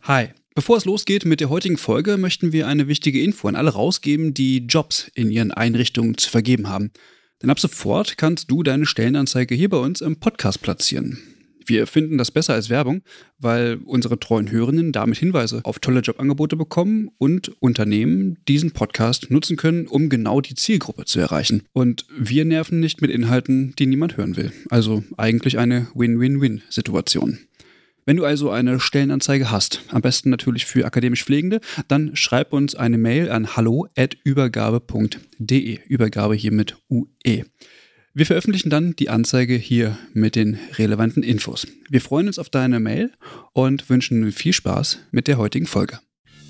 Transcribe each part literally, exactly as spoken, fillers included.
Hi. Bevor es losgeht mit der heutigen Folge, möchten wir eine wichtige Info an alle rausgeben, die Jobs in ihren Einrichtungen zu vergeben haben. Denn ab sofort kannst du deine Stellenanzeige hier bei uns im Podcast platzieren. Wir finden das besser als Werbung, weil unsere treuen Hörerinnen damit Hinweise auf tolle Jobangebote bekommen und Unternehmen diesen Podcast nutzen können, um genau die Zielgruppe zu erreichen. Und wir nerven nicht mit Inhalten, die niemand hören will. Also eigentlich eine Win-Win-Win-Situation. Wenn du also eine Stellenanzeige hast, am besten natürlich für akademisch Pflegende, dann schreib uns eine Mail an hallo at übergabe punkt de. Übergabe hier mit U E. Wir veröffentlichen dann die Anzeige hier mit den relevanten Infos. Wir freuen uns auf deine Mail und wünschen viel Spaß mit der heutigen Folge.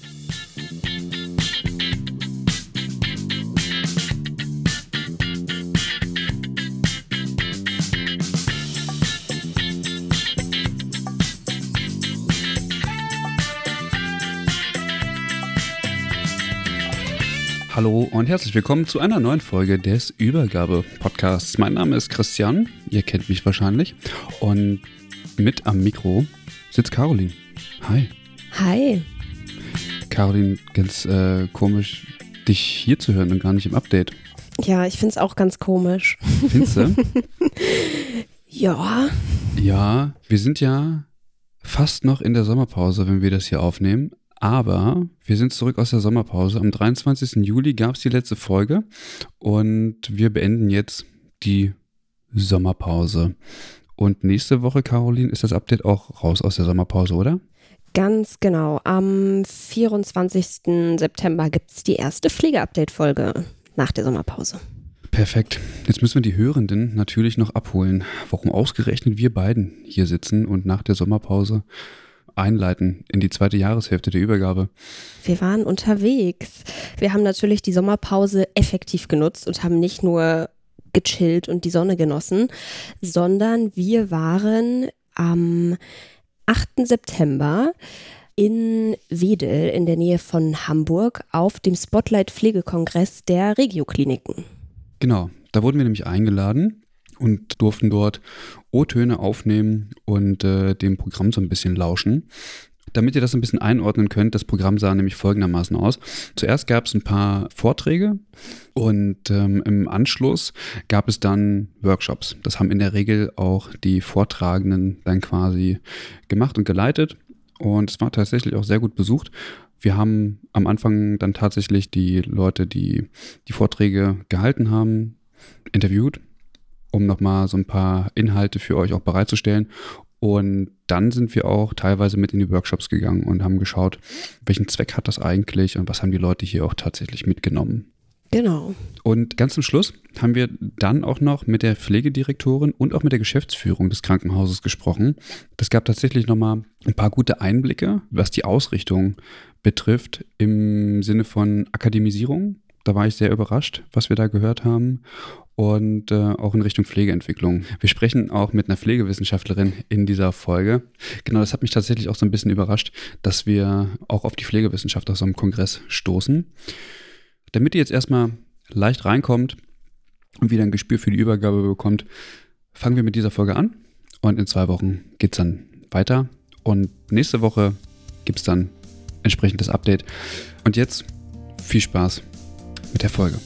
Hallo und herzlich willkommen zu einer neuen Folge des Übergabe-Podcasts. Mein Name ist Christian, ihr kennt mich wahrscheinlich. Und mit am Mikro sitzt Caroline. Hi. Hi. Caroline, ganz äh, komisch, dich hier zu hören und gar nicht im Update. Ja, ich finde es auch ganz komisch. Findest du? Ja. Ja, wir sind ja fast noch in der Sommerpause, wenn wir das hier aufnehmen. Aber wir sind zurück aus der Sommerpause. Am dreiundzwanzigsten Juli gab es die letzte Folge und wir beenden jetzt die Sommerpause. Und nächste Woche, Caroline, ist das Update auch raus aus der Sommerpause, oder? Ganz genau. Am vierundzwanzigsten September gibt es die erste Pflege-Update-Folge nach der Sommerpause. Perfekt. Jetzt müssen wir die Hörenden natürlich noch abholen, warum ausgerechnet wir beiden hier sitzen und nach der Sommerpause einleiten in die zweite Jahreshälfte der Übergabe. Wir waren unterwegs. Wir haben natürlich die Sommerpause effektiv genutzt und haben nicht nur gechillt und die Sonne genossen, sondern wir waren am achten September in Wedel in der Nähe von Hamburg auf dem Spotlight-Pflegekongress der Regio-Kliniken. Genau, da wurden wir nämlich eingeladen und durften dort O-Töne aufnehmen und äh, dem Programm so ein bisschen lauschen. Damit ihr das ein bisschen einordnen könnt, das Programm sah nämlich folgendermaßen aus. Zuerst gab es ein paar Vorträge und ähm, im Anschluss gab es dann Workshops. Das haben in der Regel auch die Vortragenden dann quasi gemacht und geleitet und es war tatsächlich auch sehr gut besucht. Wir haben am Anfang dann tatsächlich die Leute, die die Vorträge gehalten haben, interviewt, um nochmal so ein paar Inhalte für euch auch bereitzustellen. Und dann sind wir auch teilweise mit in die Workshops gegangen und haben geschaut, welchen Zweck hat das eigentlich und was haben die Leute hier auch tatsächlich mitgenommen. Genau. Und ganz zum Schluss haben wir dann auch noch mit der Pflegedirektorin und auch mit der Geschäftsführung des Krankenhauses gesprochen. Das gab tatsächlich nochmal ein paar gute Einblicke, was die Ausrichtung betrifft im Sinne von Akademisierung. Da war ich sehr überrascht, was wir da gehört haben. Und äh, auch in Richtung Pflegeentwicklung. Wir sprechen auch mit einer Pflegewissenschaftlerin in dieser Folge. Genau, das hat mich tatsächlich auch so ein bisschen überrascht, dass wir auch auf die Pflegewissenschaft aus so einem Kongress stoßen. Damit ihr jetzt erstmal leicht reinkommt und wieder ein Gespür für die Übergabe bekommt, fangen wir mit dieser Folge an. Und in zwei Wochen geht es dann weiter. Und nächste Woche gibt es dann entsprechend das Update. Und jetzt viel Spaß mit der Folge.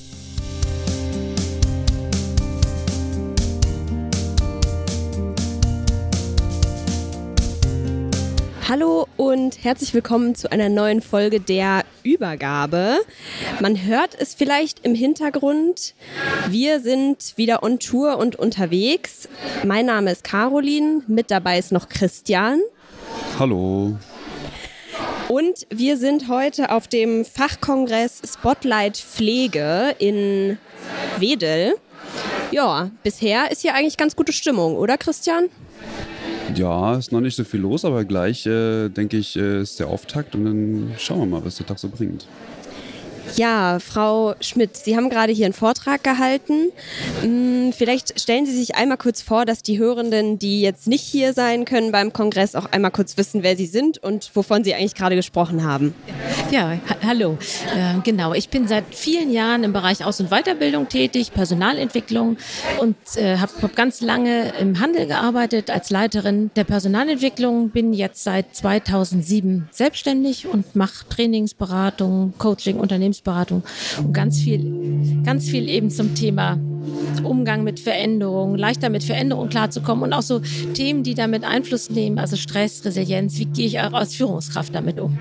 Hallo und herzlich willkommen zu einer neuen Folge der Übergabe. Man hört es vielleicht im Hintergrund. Wir sind wieder on Tour und unterwegs. Mein Name ist Caroline, mit dabei ist noch Christian. Hallo. Und wir sind heute auf dem Fachkongress Spotlight Pflege in Wedel. Ja, bisher ist hier eigentlich ganz gute Stimmung, oder Christian? Ja, ist noch nicht so viel los, aber gleich, äh, denke ich, äh, ist der Auftakt und dann schauen wir mal, was der Tag so bringt. Ja, Frau Schmidt, Sie haben gerade hier einen Vortrag gehalten. Vielleicht stellen Sie sich einmal kurz vor, dass die Hörenden, die jetzt nicht hier sein können beim Kongress, auch einmal kurz wissen, wer Sie sind und wovon Sie eigentlich gerade gesprochen haben. Ja, ha- hallo. Äh, genau, ich bin seit vielen Jahren im Bereich Aus- und Weiterbildung tätig, Personalentwicklung und äh, habe hab ganz lange im Handel gearbeitet als Leiterin der Personalentwicklung, bin jetzt seit zweitausendsieben selbstständig und mache Trainingsberatung, Coaching, Unternehmensberatung und ganz viel, ganz viel eben zum Thema Umgang mit Veränderungen, leichter mit Veränderungen klarzukommen und auch so Themen, die damit Einfluss nehmen, also Stress, Resilienz, wie gehe ich auch als Führungskraft damit um?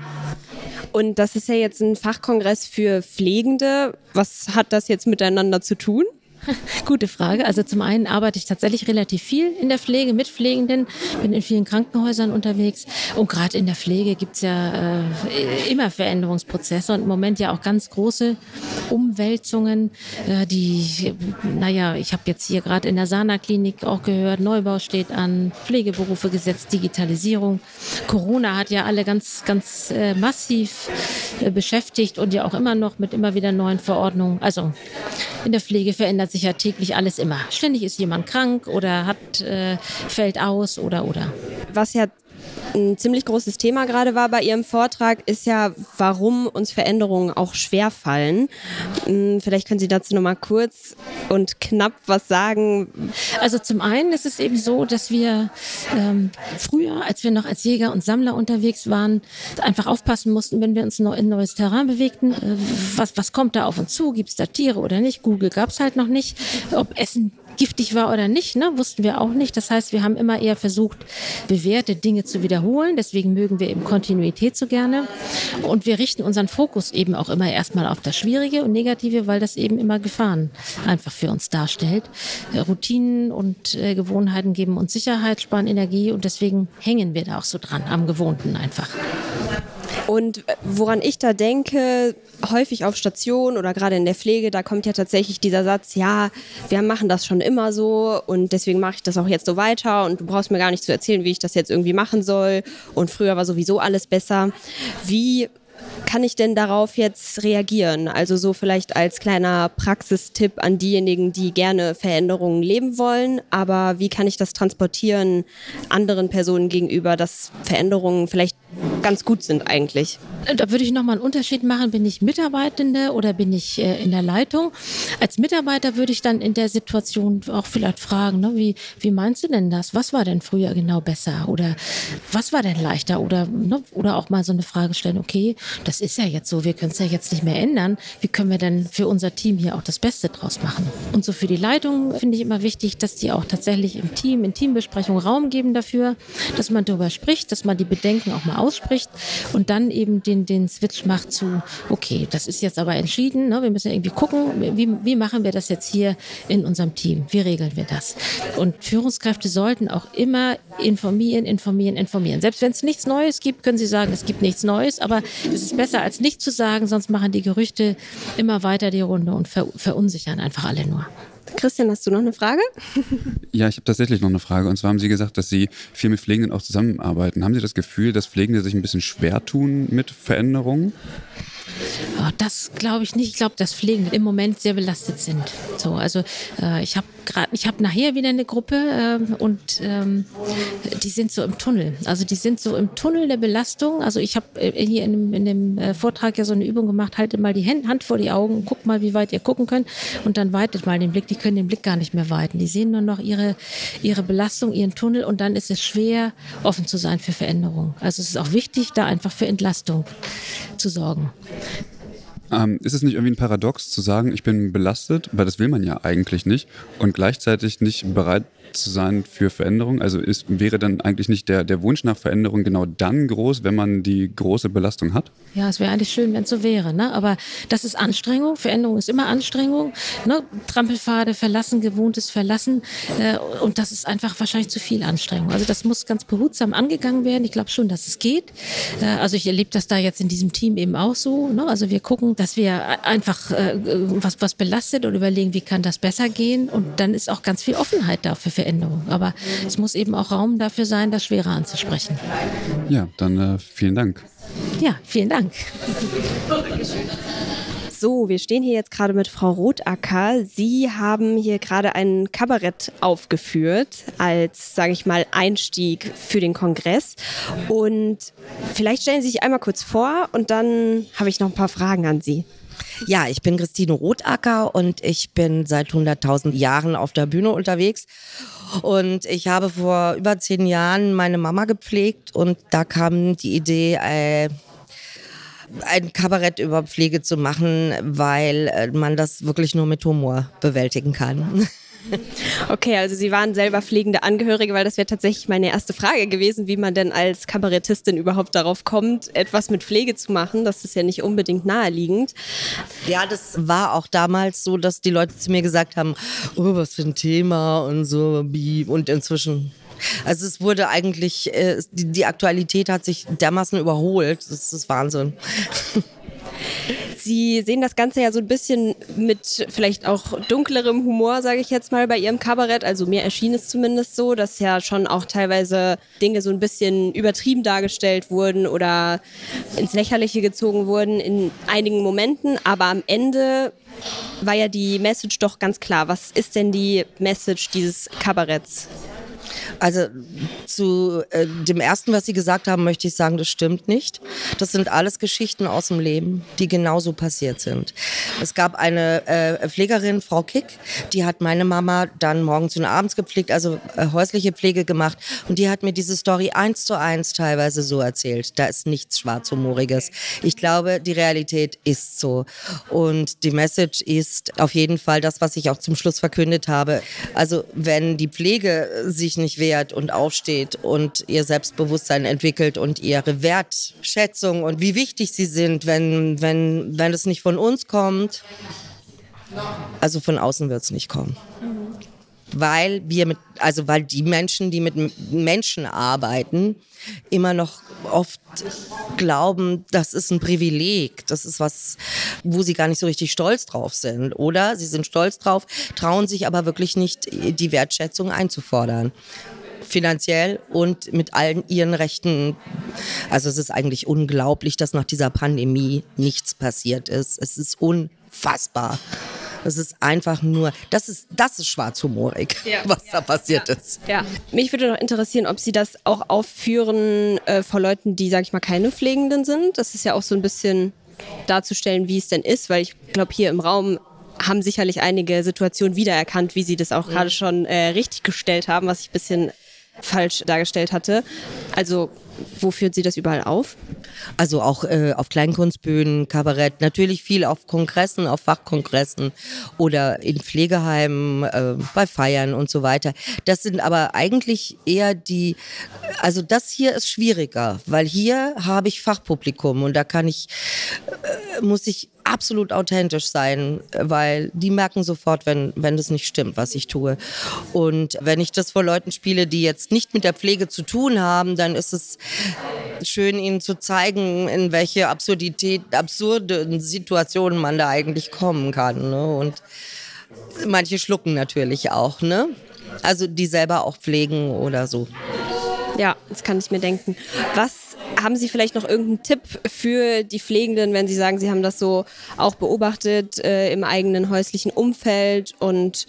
Und das ist ja jetzt ein Fachkongress für Pflegende. Was hat das jetzt miteinander zu tun? Gute Frage. Also zum einen arbeite ich tatsächlich relativ viel in der Pflege mit Pflegenden, bin in vielen Krankenhäusern unterwegs und gerade in der Pflege gibt es ja äh, immer Veränderungsprozesse und im Moment ja auch ganz große Umwälzungen, äh, die, naja, ich habe jetzt hier gerade in der Sana-Klinik auch gehört, Neubau steht an, Pflegeberufe Gesetz, Digitalisierung. Corona hat ja alle ganz, ganz äh, massiv äh, beschäftigt und ja auch immer noch mit immer wieder neuen Verordnungen. Also in der Pflege verändert sich ja täglich alles immer. Ständig ist jemand krank oder hat, äh, fällt aus oder oder. Was ja ein ziemlich großes Thema gerade war bei Ihrem Vortrag, ist ja, warum uns Veränderungen auch schwerfallen. Vielleicht können Sie dazu noch mal kurz und knapp was sagen. Also zum einen ist es eben so, dass wir ähm, früher, als wir noch als Jäger und Sammler unterwegs waren, einfach aufpassen mussten, wenn wir uns in ein neues Terrain bewegten. Äh, was, was kommt da auf uns zu? Gibt es da Tiere oder nicht? Google gab es halt noch nicht. Ob Essen giftig war oder nicht, ne, wussten wir auch nicht. Das heißt, wir haben immer eher versucht, bewährte Dinge zu wiederholen. Deswegen mögen wir eben Kontinuität so gerne. Und wir richten unseren Fokus eben auch immer erstmal auf das Schwierige und Negative, weil das eben immer Gefahren einfach für uns darstellt. Routinen und äh, Gewohnheiten geben uns Sicherheit, sparen Energie und deswegen hängen wir da auch so dran, am Gewohnten einfach. Und woran ich da denke, häufig auf Stationen oder gerade in der Pflege, da kommt ja tatsächlich dieser Satz, ja, wir machen das schon immer so und deswegen mache ich das auch jetzt so weiter und du brauchst mir gar nicht zu erzählen, wie ich das jetzt irgendwie machen soll und früher war sowieso alles besser. Wie kann ich denn darauf jetzt reagieren? Also so vielleicht als kleiner Praxistipp an diejenigen, die gerne Veränderungen leben wollen, aber wie kann ich das transportieren anderen Personen gegenüber, dass Veränderungen vielleicht ganz gut sind eigentlich? Da würde ich nochmal einen Unterschied machen. Bin ich Mitarbeitende oder bin ich äh, in der Leitung? Als Mitarbeiter würde ich dann in der Situation auch vielleicht fragen, ne, wie, wie meinst du denn das? Was war denn früher genau besser? Oder was war denn leichter? Oder, ne, oder auch mal so eine Frage stellen, okay, das ist ja jetzt so, wir können es ja jetzt nicht mehr ändern. Wie können wir denn für unser Team hier auch das Beste draus machen? Und so für die Leitung finde ich immer wichtig, dass die auch tatsächlich im Team, in Teambesprechung Raum geben dafür, dass man darüber spricht, dass man die Bedenken auch mal ausspricht und dann eben den, den Switch macht zu, okay, das ist jetzt aber entschieden, ne? Wir müssen irgendwie gucken, wie, wie machen wir das jetzt hier in unserem Team? Wie regeln wir das? Und Führungskräfte sollten auch immer informieren, informieren, informieren. Selbst wenn es nichts Neues gibt, können sie sagen, es gibt nichts Neues, aber es ist besser als nichts zu sagen, sonst machen die Gerüchte immer weiter die Runde und ver- verunsichern einfach alle nur. Christian, hast du noch eine Frage? Ja, ich habe tatsächlich noch eine Frage. Und zwar haben Sie gesagt, dass Sie viel mit Pflegenden auch zusammenarbeiten. Haben Sie das Gefühl, dass Pflegende sich ein bisschen schwer tun mit Veränderungen? Oh, das glaube ich nicht. Ich glaube, dass Pflegende im Moment sehr belastet sind. So, also äh, ich habe gerade, ich habe nachher wieder eine Gruppe äh, und ähm, die sind so im Tunnel. Also die sind so im Tunnel der Belastung. Also ich habe äh, hier in dem, in dem äh, Vortrag ja so eine Übung gemacht, haltet mal die Hand, Hand vor die Augen und guckt mal, wie weit ihr gucken könnt und dann weitet mal den Blick. Die können den Blick gar nicht mehr weiten. Die sehen nur noch ihre, ihre Belastung, ihren Tunnel und dann ist es schwer, offen zu sein für Veränderung. Also es ist auch wichtig, da einfach für Entlastung zu sorgen. Ähm, ist es nicht irgendwie ein Paradox zu sagen, ich bin belastet, weil das will man ja eigentlich nicht und gleichzeitig nicht bereit zu sein für Veränderung? Also ist, wäre dann eigentlich nicht der, der Wunsch nach Veränderung genau dann groß, wenn man die große Belastung hat? Ja, es wäre eigentlich schön, wenn es so wäre, ne? Aber das ist Anstrengung. Veränderung ist immer Anstrengung. Ne? Trampelpfade verlassen, Gewohntes verlassen. Äh, und das ist einfach wahrscheinlich zu viel Anstrengung. Also das muss ganz behutsam angegangen werden. Ich glaube schon, dass es geht. Äh, also ich erlebe das da jetzt in diesem Team eben auch so. Ne? Also wir gucken, dass wir einfach äh, was, was belastet und überlegen, wie kann das besser gehen. Und dann ist auch ganz viel Offenheit da für Veränderung. Aber es muss eben auch Raum dafür sein, das Schwere anzusprechen. Ja, dann äh, vielen Dank. Ja, vielen Dank. So, wir stehen hier jetzt gerade mit Frau Rothacker. Sie haben hier gerade ein Kabarett aufgeführt als, sage ich mal, Einstieg für den Kongress. Und vielleicht stellen Sie sich einmal kurz vor und dann habe ich noch ein paar Fragen an Sie. Ja, ich bin Christine Rothacker und ich bin seit hunderttausend Jahren auf der Bühne unterwegs. Und ich habe vor über zehn Jahren meine Mama gepflegt und da kam die Idee, äh, ein Kabarett über Pflege zu machen, weil äh, man das wirklich nur mit Humor bewältigen kann. Okay, also Sie waren selber pflegende Angehörige, weil das wäre tatsächlich meine erste Frage gewesen, wie man denn als Kabarettistin überhaupt darauf kommt, etwas mit Pflege zu machen. Das ist ja nicht unbedingt naheliegend. Ja, das war auch damals so, dass die Leute zu mir gesagt haben, oh, was für ein Thema und so. Und inzwischen, also es wurde eigentlich, äh, die, die Aktualität hat sich dermaßen überholt. Das ist Wahnsinn. Sie sehen das Ganze ja so ein bisschen mit vielleicht auch dunklerem Humor, sage ich jetzt mal, bei Ihrem Kabarett. Also mir erschien es zumindest so, dass ja schon auch teilweise Dinge so ein bisschen übertrieben dargestellt wurden oder ins Lächerliche gezogen wurden in einigen Momenten. Aber am Ende war ja die Message doch ganz klar. Was ist denn die Message dieses Kabaretts? Also zu äh, dem ersten, was Sie gesagt haben, möchte ich sagen, das stimmt nicht. Das sind alles Geschichten aus dem Leben, die genauso passiert sind. Es gab eine äh, Pflegerin, Frau Kick, die hat meine Mama dann morgens und abends gepflegt, also äh, häusliche Pflege gemacht. Und die hat mir diese Story eins zu eins teilweise so erzählt. Da ist nichts Schwarzhumoriges. Ich glaube, die Realität ist so. Und die Message ist auf jeden Fall das, was ich auch zum Schluss verkündet habe. Also wenn die Pflege sich nicht wehrt und aufsteht und ihr Selbstbewusstsein entwickelt und ihre Wertschätzung und wie wichtig sie sind, wenn, wenn, wenn es nicht von uns kommt, also von außen wird es nicht kommen. Mhm. Weil wir mit, also weil die Menschen, die mit Menschen arbeiten, immer noch oft glauben, das ist ein Privileg, das ist was, wo sie gar nicht so richtig stolz drauf sind. Oder sie sind stolz drauf, trauen sich aber wirklich nicht, die Wertschätzung einzufordern. Finanziell und mit allen ihren Rechten. Also es ist eigentlich unglaublich, dass nach dieser Pandemie nichts passiert ist. Es ist unfassbar. Es ist einfach nur, das ist, das ist schwarzhumorig, ja, was ja, da passiert ja. ist. Ja, mich würde noch interessieren, ob Sie das auch aufführen äh, vor Leuten, die, sag ich mal, keine Pflegenden sind. Das ist ja auch so ein bisschen darzustellen, wie es denn ist, weil ich glaube, hier im Raum haben sicherlich einige Situationen wiedererkannt, wie Sie das auch mhm. gerade schon äh, richtig gestellt haben, was ich ein bisschen falsch dargestellt hatte. Also wo führt Sie das überall auf? Also auch äh, auf Kleinkunstbühnen, Kabarett, natürlich viel auf Kongressen, auf Fachkongressen oder in Pflegeheimen, äh, bei Feiern und so weiter. Das sind aber eigentlich eher die, also das hier ist schwieriger, weil hier habe ich Fachpublikum und da kann ich, äh, muss ich absolut authentisch sein, weil die merken sofort, wenn, wenn das nicht stimmt, was ich tue. Und wenn ich das vor Leuten spiele, die jetzt nicht mit der Pflege zu tun haben, dann ist es schön, ihnen zu zeigen, in welche Absurdität, absurde Situationen man da eigentlich kommen kann. Ne? Und manche schlucken natürlich auch, ne? Also die selber auch pflegen oder so. Ja, das kann ich mir denken. Was haben Sie vielleicht noch irgendeinen Tipp für die Pflegenden, wenn Sie sagen, Sie haben das so auch beobachtet äh, im eigenen häuslichen Umfeld und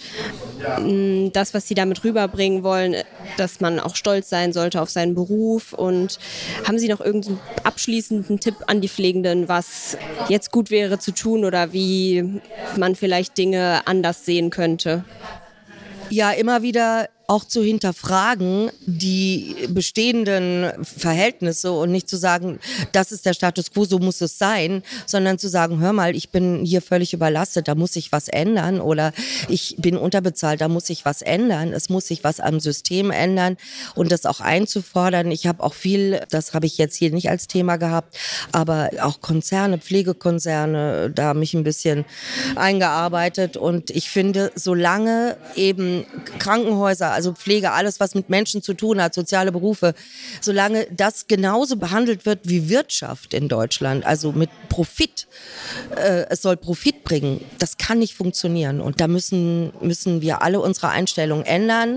mh, das, was Sie damit rüberbringen wollen, dass man auch stolz sein sollte auf seinen Beruf, und haben Sie noch irgendeinen abschließenden Tipp an die Pflegenden, was jetzt gut wäre zu tun oder wie man vielleicht Dinge anders sehen könnte? Ja, immer wieder auch zu hinterfragen die bestehenden Verhältnisse und nicht zu sagen, das ist der Status quo, so muss es sein, sondern zu sagen, hör mal, ich bin hier völlig überlastet, da muss sich was ändern, oder ich bin unterbezahlt, da muss sich was ändern, es muss sich was am System ändern und das auch einzufordern. Ich habe auch viel, das habe ich jetzt hier nicht als Thema gehabt, aber auch Konzerne, Pflegekonzerne, da mich ein bisschen eingearbeitet, und ich finde, solange eben Krankenhäuser, also Pflege, alles, was mit Menschen zu tun hat, soziale Berufe, solange das genauso behandelt wird wie Wirtschaft in Deutschland, also mit Profit, äh, es soll Profit bringen, das kann nicht funktionieren. Und da müssen, müssen wir alle unsere Einstellung ändern.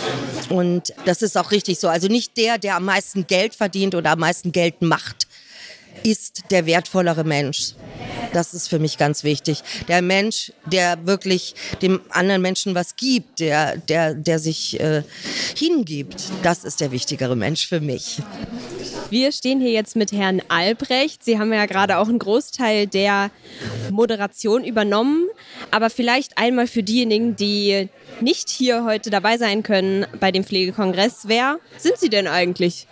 Und das ist auch richtig so. Also nicht der, der am meisten Geld verdient oder am meisten Geld macht, ist der wertvollere Mensch, Das ist für mich ganz wichtig. Der Mensch, der wirklich dem anderen Menschen was gibt, der, der, der sich äh, hingibt, das ist der wichtigere Mensch für mich. Wir stehen hier jetzt mit Herrn Albrecht. Sie haben ja gerade auch einen Großteil der Moderation übernommen. Aber vielleicht einmal für diejenigen, die nicht hier heute dabei sein können bei dem Pflegekongress. Wer sind Sie denn eigentlich?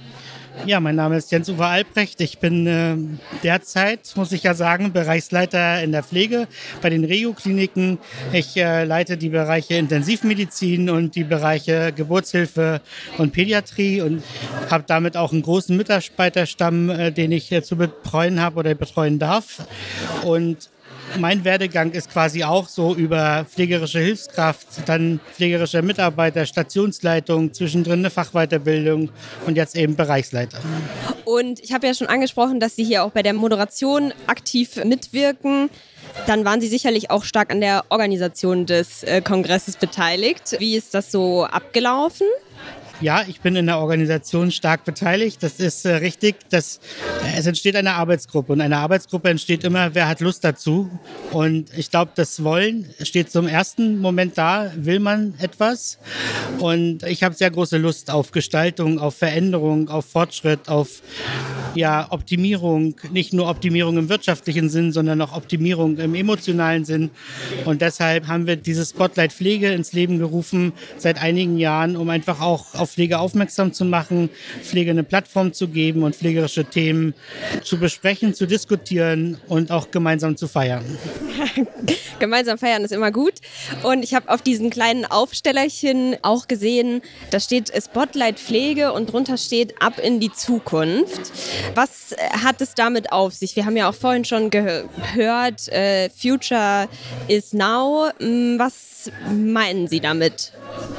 Ja, mein Name ist Jens-Uwe Albrecht. Ich bin äh, derzeit, muss ich ja sagen, Bereichsleiter in der Pflege bei den Regio-Kliniken. Ich äh, leite die Bereiche Intensivmedizin und die Bereiche Geburtshilfe und Pädiatrie und habe damit auch einen großen Mitarbeiterstamm, äh, den ich äh, zu betreuen habe oder betreuen darf. Und mein Werdegang ist quasi auch so über pflegerische Hilfskraft, dann pflegerischer Mitarbeiter, Stationsleitung, zwischendrin eine Fachweiterbildung und jetzt eben Bereichsleiter. Und ich habe ja schon angesprochen, dass Sie hier auch bei der Moderation aktiv mitwirken. Dann waren Sie sicherlich auch stark an der Organisation des äh, Kongresses beteiligt. Wie ist das so abgelaufen? Ja, ich bin in der Organisation stark beteiligt. Das ist äh, richtig. Das, äh, es entsteht eine Arbeitsgruppe und eine Arbeitsgruppe entsteht immer, wer hat Lust dazu. Und ich glaube, das Wollen steht zum ersten Moment da. Will man etwas? Und ich habe sehr große Lust auf Gestaltung, auf Veränderung, auf Fortschritt, auf ja, Optimierung. Nicht nur Optimierung im wirtschaftlichen Sinn, sondern auch Optimierung im emotionalen Sinn. Und deshalb haben wir dieses Spotlight Pflege ins Leben gerufen seit einigen Jahren, um einfach auch auf Pflege aufmerksam zu machen, Pflege eine Plattform zu geben und pflegerische Themen zu besprechen, zu diskutieren und auch gemeinsam zu feiern. Gemeinsam feiern ist immer gut. Und ich habe auf diesen kleinen Aufstellerchen auch gesehen, da steht Spotlight Pflege und drunter steht Ab in die Zukunft. Was hat es damit auf sich? Wir haben ja auch vorhin schon gehört, äh, Future is now. Was meinen Sie damit?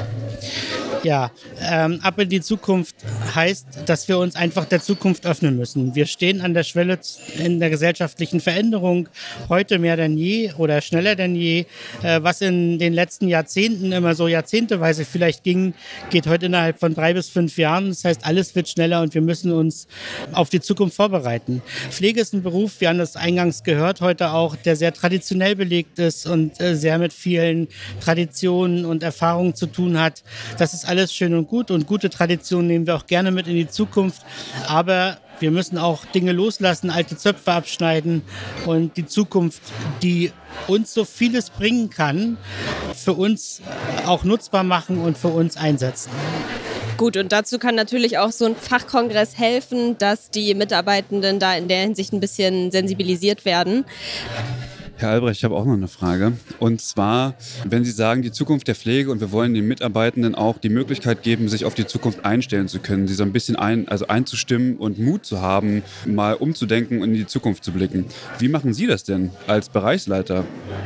Ja, ähm, ab in die Zukunft heißt, dass wir uns einfach der Zukunft öffnen müssen. Wir stehen an der Schwelle in der gesellschaftlichen Veränderung, heute mehr denn je oder schneller denn je. Äh, was in den letzten Jahrzehnten immer so jahrzehnteweise vielleicht ging, geht heute innerhalb von drei bis fünf Jahren. Das heißt, alles wird schneller und wir müssen uns auf die Zukunft vorbereiten. Pflege ist ein Beruf, wir haben das eingangs gehört heute auch, der sehr traditionell belegt ist und äh, sehr mit vielen Traditionen und Erfahrungen zu tun hat. Das ist alles schön und gut und gute Traditionen nehmen wir auch gerne mit in die Zukunft, aber wir müssen auch Dinge loslassen, alte Zöpfe abschneiden und die Zukunft, die uns so vieles bringen kann, für uns auch nutzbar machen und für uns einsetzen. Gut, und dazu kann natürlich auch so ein Fachkongress helfen, dass die Mitarbeitenden da in der Hinsicht ein bisschen sensibilisiert werden. Herr Albrecht, ich habe auch noch eine Frage. Und zwar, wenn Sie sagen, die Zukunft der Pflege und wir wollen den Mitarbeitenden auch die Möglichkeit geben, sich auf die Zukunft einstellen zu können, sie so ein bisschen ein, also einzustimmen und Mut zu haben, mal umzudenken und in die Zukunft zu blicken. Wie machen Sie das denn als Bereichsleiter?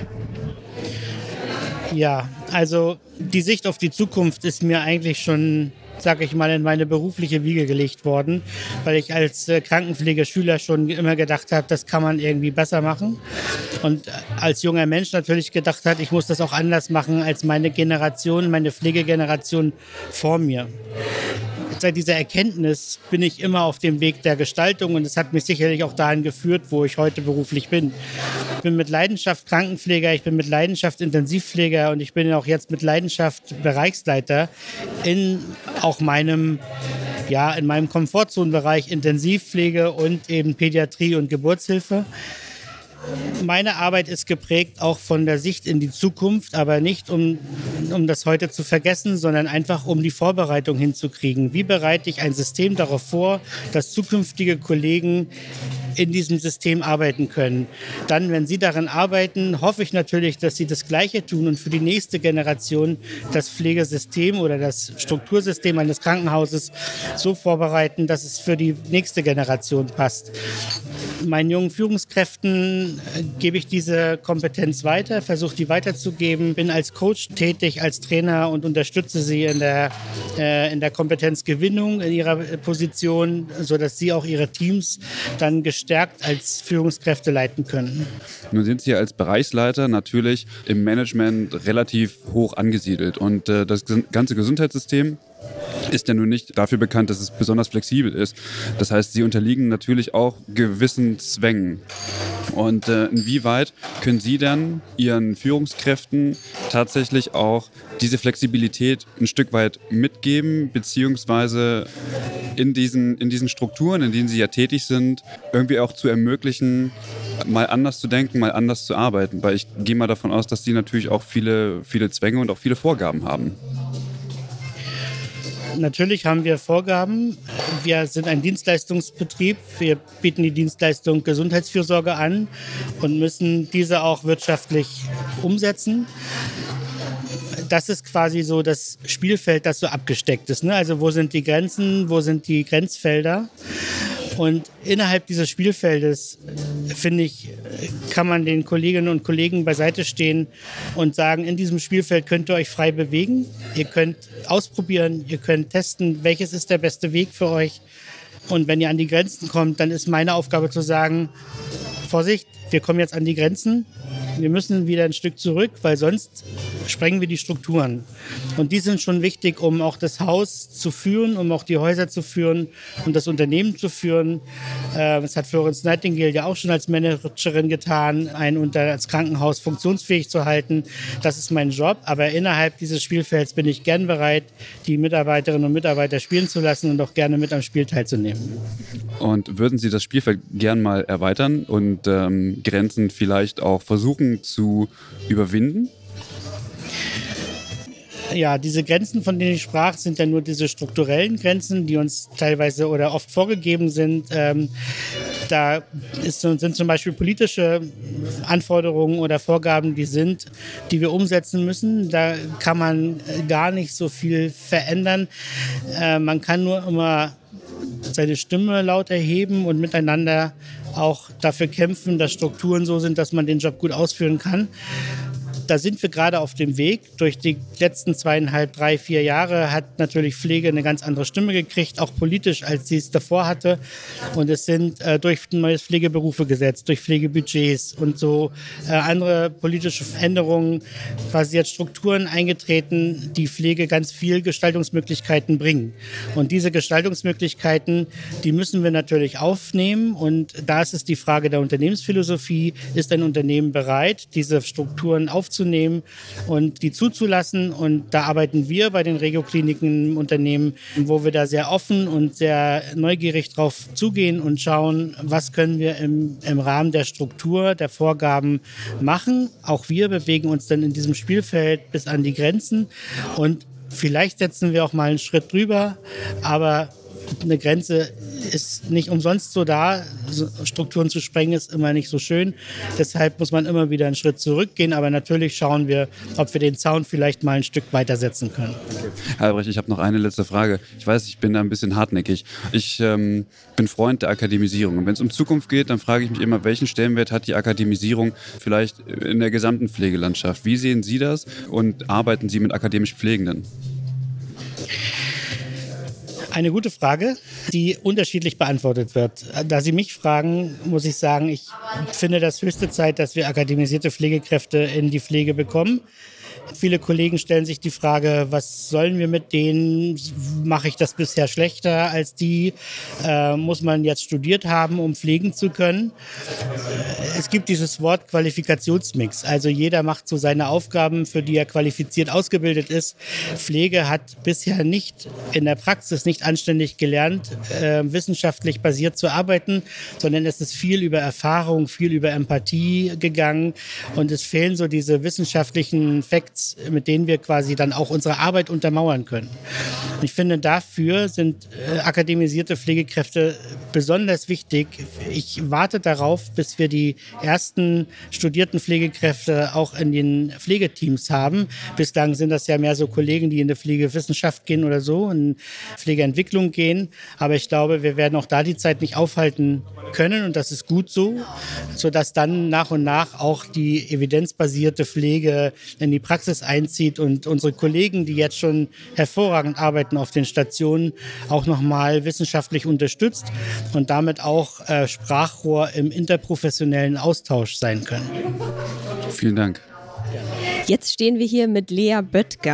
Ja, also die Sicht auf die Zukunft ist mir eigentlich schon, sage ich mal, in meine berufliche Wiege gelegt worden, weil ich als äh, Krankenpflegeschüler schon immer gedacht habe, das kann man irgendwie besser machen. Und als junger Mensch natürlich gedacht hat, ich muss das auch anders machen als meine Generation, meine Pflegegeneration vor mir. Seit dieser Erkenntnis bin ich immer auf dem Weg der Gestaltung und es hat mich sicherlich auch dahin geführt, wo ich heute beruflich bin. Ich bin mit Leidenschaft Krankenpfleger, ich bin mit Leidenschaft Intensivpfleger und ich bin auch jetzt mit Leidenschaft Bereichsleiter in auch meinem, ja, in meinem Komfortzonenbereich Intensivpflege und eben Pädiatrie und Geburtshilfe. Meine Arbeit ist geprägt auch von der Sicht in die Zukunft, aber nicht um, um das heute zu vergessen, sondern einfach um die Vorbereitung hinzukriegen. Wie bereite ich ein System darauf vor, dass zukünftige Kollegen in diesem System arbeiten können? Dann, wenn Sie daran arbeiten, hoffe ich natürlich, dass Sie das Gleiche tun und für die nächste Generation das Pflegesystem oder das Struktursystem eines Krankenhauses so vorbereiten, dass es für die nächste Generation passt. Meinen jungen Führungskräften äh, gebe ich diese Kompetenz weiter, versuche die weiterzugeben, bin als Coach tätig, als Trainer und unterstütze sie in der, äh, in der Kompetenzgewinnung in ihrer Position, sodass sie auch ihre Teams dann gestärkt als Führungskräfte leiten können. Nun sind Sie als Bereichsleiter natürlich im Management relativ hoch angesiedelt und äh, das ganze Gesundheitssystem ist ja nun nicht dafür bekannt, dass es besonders flexibel ist. Das heißt, sie unterliegen natürlich auch gewissen Zwängen. Und äh, inwieweit können Sie dann Ihren Führungskräften tatsächlich auch diese Flexibilität ein Stück weit mitgeben, beziehungsweise in diesen, in diesen Strukturen, in denen Sie ja tätig sind, irgendwie auch zu ermöglichen, mal anders zu denken, mal anders zu arbeiten? Weil ich gehe mal davon aus, dass Sie natürlich auch viele, viele Zwänge und auch viele Vorgaben haben. Natürlich haben wir Vorgaben. Wir sind ein Dienstleistungsbetrieb. Wir bieten die Dienstleistung Gesundheitsfürsorge an und müssen diese auch wirtschaftlich umsetzen. Das ist quasi so das Spielfeld, das so abgesteckt ist. Ne? Also wo sind die Grenzen, wo sind die Grenzfelder? Und innerhalb dieses Spielfeldes, finde ich, kann man den Kolleginnen und Kollegen beiseite stehen und sagen, in diesem Spielfeld könnt ihr euch frei bewegen. Ihr könnt ausprobieren, ihr könnt testen, welches ist der beste Weg für euch. Und wenn ihr an die Grenzen kommt, dann ist meine Aufgabe zu sagen, Vorsicht, wir kommen jetzt an die Grenzen. Wir müssen wieder ein Stück zurück, weil sonst sprengen wir die Strukturen. Und die sind schon wichtig, um auch das Haus zu führen, um auch die Häuser zu führen und das Unternehmen zu führen. Äh, das hat Florence Nightingale ja auch schon als Managerin getan, ein unter als Krankenhaus funktionsfähig zu halten. Das ist mein Job. Aber innerhalb dieses Spielfelds bin ich gern bereit, die Mitarbeiterinnen und Mitarbeiter spielen zu lassen und auch gerne mit am Spiel teilzunehmen. Und würden Sie das Spielfeld gern mal erweitern und ähm, Grenzen vielleicht auch versuchen zu überwinden? Ja, diese Grenzen, von denen ich sprach, sind ja nur diese strukturellen Grenzen, die uns teilweise oder oft vorgegeben sind. Ähm, da ist, sind zum Beispiel politische Anforderungen oder Vorgaben, die sind, die wir umsetzen müssen. Da kann man gar nicht so viel verändern. Äh, man kann nur immer seine Stimme laut erheben und miteinander auch dafür kämpfen, dass Strukturen so sind, dass man den Job gut ausführen kann. Da sind wir gerade auf dem Weg. Durch die letzten zweieinhalb, drei, vier Jahre hat natürlich Pflege eine ganz andere Stimme gekriegt, auch politisch, als sie es davor hatte. Und es sind äh, durch ein neues Pflegeberufegesetz, durch Pflegebudgets und so äh, andere politische Änderungen quasi jetzt Strukturen eingetreten, die Pflege ganz viel Gestaltungsmöglichkeiten bringen. Und diese Gestaltungsmöglichkeiten, die müssen wir natürlich aufnehmen. Und da ist es die Frage der Unternehmensphilosophie. Ist ein Unternehmen bereit, diese Strukturen aufzunehmen und die zuzulassen? Und da arbeiten wir bei den Regio-Kliniken im Unternehmen, wo wir da sehr offen und sehr neugierig drauf zugehen und schauen, was können wir im, im Rahmen der Struktur, der Vorgaben machen. Auch wir bewegen uns dann in diesem Spielfeld bis an die Grenzen und vielleicht setzen wir auch mal einen Schritt drüber, aber eine Grenze ist nicht umsonst so da. Strukturen zu sprengen ist immer nicht so schön. Deshalb muss man immer wieder einen Schritt zurückgehen. Aber natürlich schauen wir, ob wir den Zaun vielleicht mal ein Stück weitersetzen können. Okay. Herr Albrecht, ich habe noch eine letzte Frage. Ich weiß, ich bin da ein bisschen hartnäckig. Ich ähm, bin Freund der Akademisierung. Und wenn es um Zukunft geht, dann frage ich mich immer, welchen Stellenwert hat die Akademisierung vielleicht in der gesamten Pflegelandschaft? Wie sehen Sie das und arbeiten Sie mit akademisch Pflegenden? Eine gute Frage, die unterschiedlich beantwortet wird. Da Sie mich fragen, muss ich sagen, ich finde das höchste Zeit, dass wir akademisierte Pflegekräfte in die Pflege bekommen. Viele Kollegen stellen sich die Frage, was sollen wir mit denen? Mache ich das bisher schlechter als die? Äh, muss man jetzt studiert haben, um pflegen zu können? Es gibt dieses Wort Qualifikationsmix. Also jeder macht so seine Aufgaben, für die er qualifiziert ausgebildet ist. Pflege hat bisher nicht in der Praxis nicht anständig gelernt, äh, wissenschaftlich basiert zu arbeiten, sondern es ist viel über Erfahrung, viel über Empathie gegangen und es fehlen so diese wissenschaftlichen Facts, mit denen wir quasi dann auch unsere Arbeit untermauern können. Ich finde, dafür sind äh, akademisierte Pflegekräfte besonders wichtig. Ich warte darauf, bis wir die ersten studierten Pflegekräfte auch in den Pflegeteams haben. Bislang sind das ja mehr so Kollegen, die in der Pflegewissenschaft gehen oder so, in Pflegeentwicklung gehen. Aber ich glaube, wir werden auch da die Zeit nicht aufhalten können und das ist gut so, sodass dann nach und nach auch die evidenzbasierte Pflege in die Praxis einzieht und unsere Kollegen, die jetzt schon hervorragend arbeiten auf den Stationen, auch nochmal wissenschaftlich unterstützt und damit auch äh, Sprachrohr im interprofessionellen Austausch sein können. Vielen Dank. Jetzt stehen wir hier mit Lea Böttger.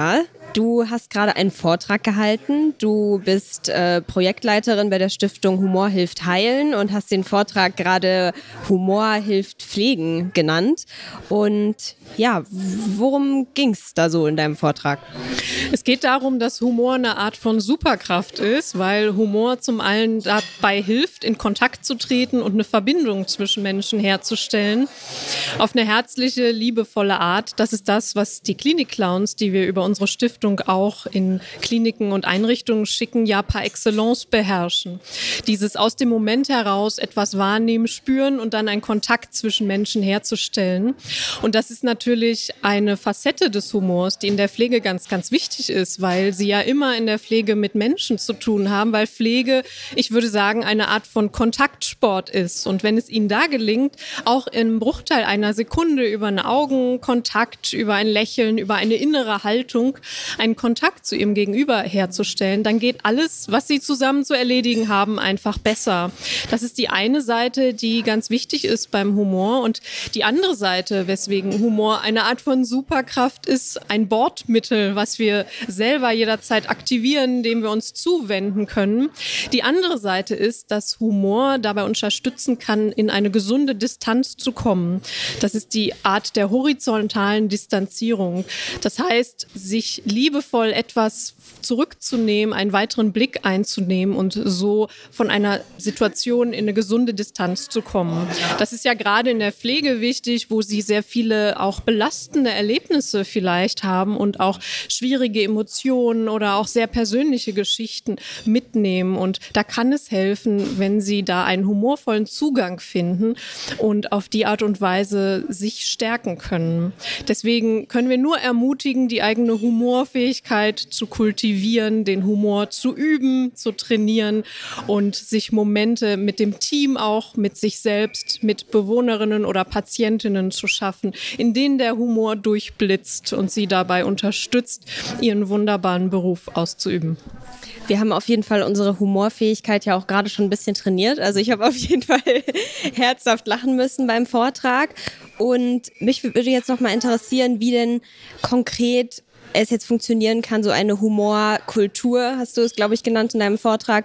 Du hast gerade einen Vortrag gehalten. Du bist äh, Projektleiterin bei der Stiftung Humor hilft heilen und hast den Vortrag gerade Humor hilft pflegen genannt. Und ja, worum ging es da so in deinem Vortrag? Es geht darum, dass Humor eine Art von Superkraft ist, weil Humor zum einen dabei hilft, in Kontakt zu treten und eine Verbindung zwischen Menschen herzustellen. Auf eine herzliche, liebevolle Art. Das ist das, was die Klinik-Clowns, die wir über unsere Stiftung auch in Kliniken und Einrichtungen schicken, ja par excellence beherrschen. Dieses aus dem Moment heraus etwas wahrnehmen, spüren und dann einen Kontakt zwischen Menschen herzustellen. Und das ist natürlich eine Facette des Humors, die in der Pflege ganz, ganz wichtig ist, weil sie ja immer in der Pflege mit Menschen zu tun haben, weil Pflege, ich würde sagen, eine Art von Kontaktsport ist. Und wenn es ihnen da gelingt, auch im Bruchteil einer Sekunde über einen Augenkontakt, über ein Lächeln, über eine innere Haltung, einen Kontakt zu ihrem Gegenüber herzustellen, dann geht alles, was sie zusammen zu erledigen haben, einfach besser. Das ist die eine Seite, die ganz wichtig ist beim Humor. Und die andere Seite, weswegen Humor eine Art von Superkraft ist, ein Bordmittel, was wir selber jederzeit aktivieren, dem wir uns zuwenden können. Die andere Seite ist, dass Humor dabei unterstützen kann, in eine gesunde Distanz zu kommen. Das ist die Art der horizontalen Distanzierung. Das heißt, sich liebevoll etwas zurückzunehmen, einen weiteren Blick einzunehmen und so von einer Situation in eine gesunde Distanz zu kommen. Das ist ja gerade in der Pflege wichtig, wo sie sehr viele auch belastende Erlebnisse vielleicht haben und auch schwierige Emotionen oder auch sehr persönliche Geschichten mitnehmen. Und da kann es helfen, wenn sie da einen humorvollen Zugang finden und auf die Art und Weise sich stärken können. Deswegen können wir nur ermutigen, die eigene Humorfähigkeit zu kultivieren, den Humor zu üben, zu trainieren und sich Momente mit dem Team auch, mit sich selbst, mit Bewohnerinnen oder Patientinnen zu schaffen, in denen der Humor durchblitzt und sie dabei unterstützt, ihren wunderbaren Beruf auszuüben. Wir haben auf jeden Fall unsere Humorfähigkeit ja auch gerade schon ein bisschen trainiert. Also ich habe auf jeden Fall herzhaft lachen müssen beim Vortrag. Und mich würde jetzt noch mal interessieren, wie denn konkret es jetzt funktionieren kann, so eine Humorkultur, hast du es, glaube ich, genannt in deinem Vortrag,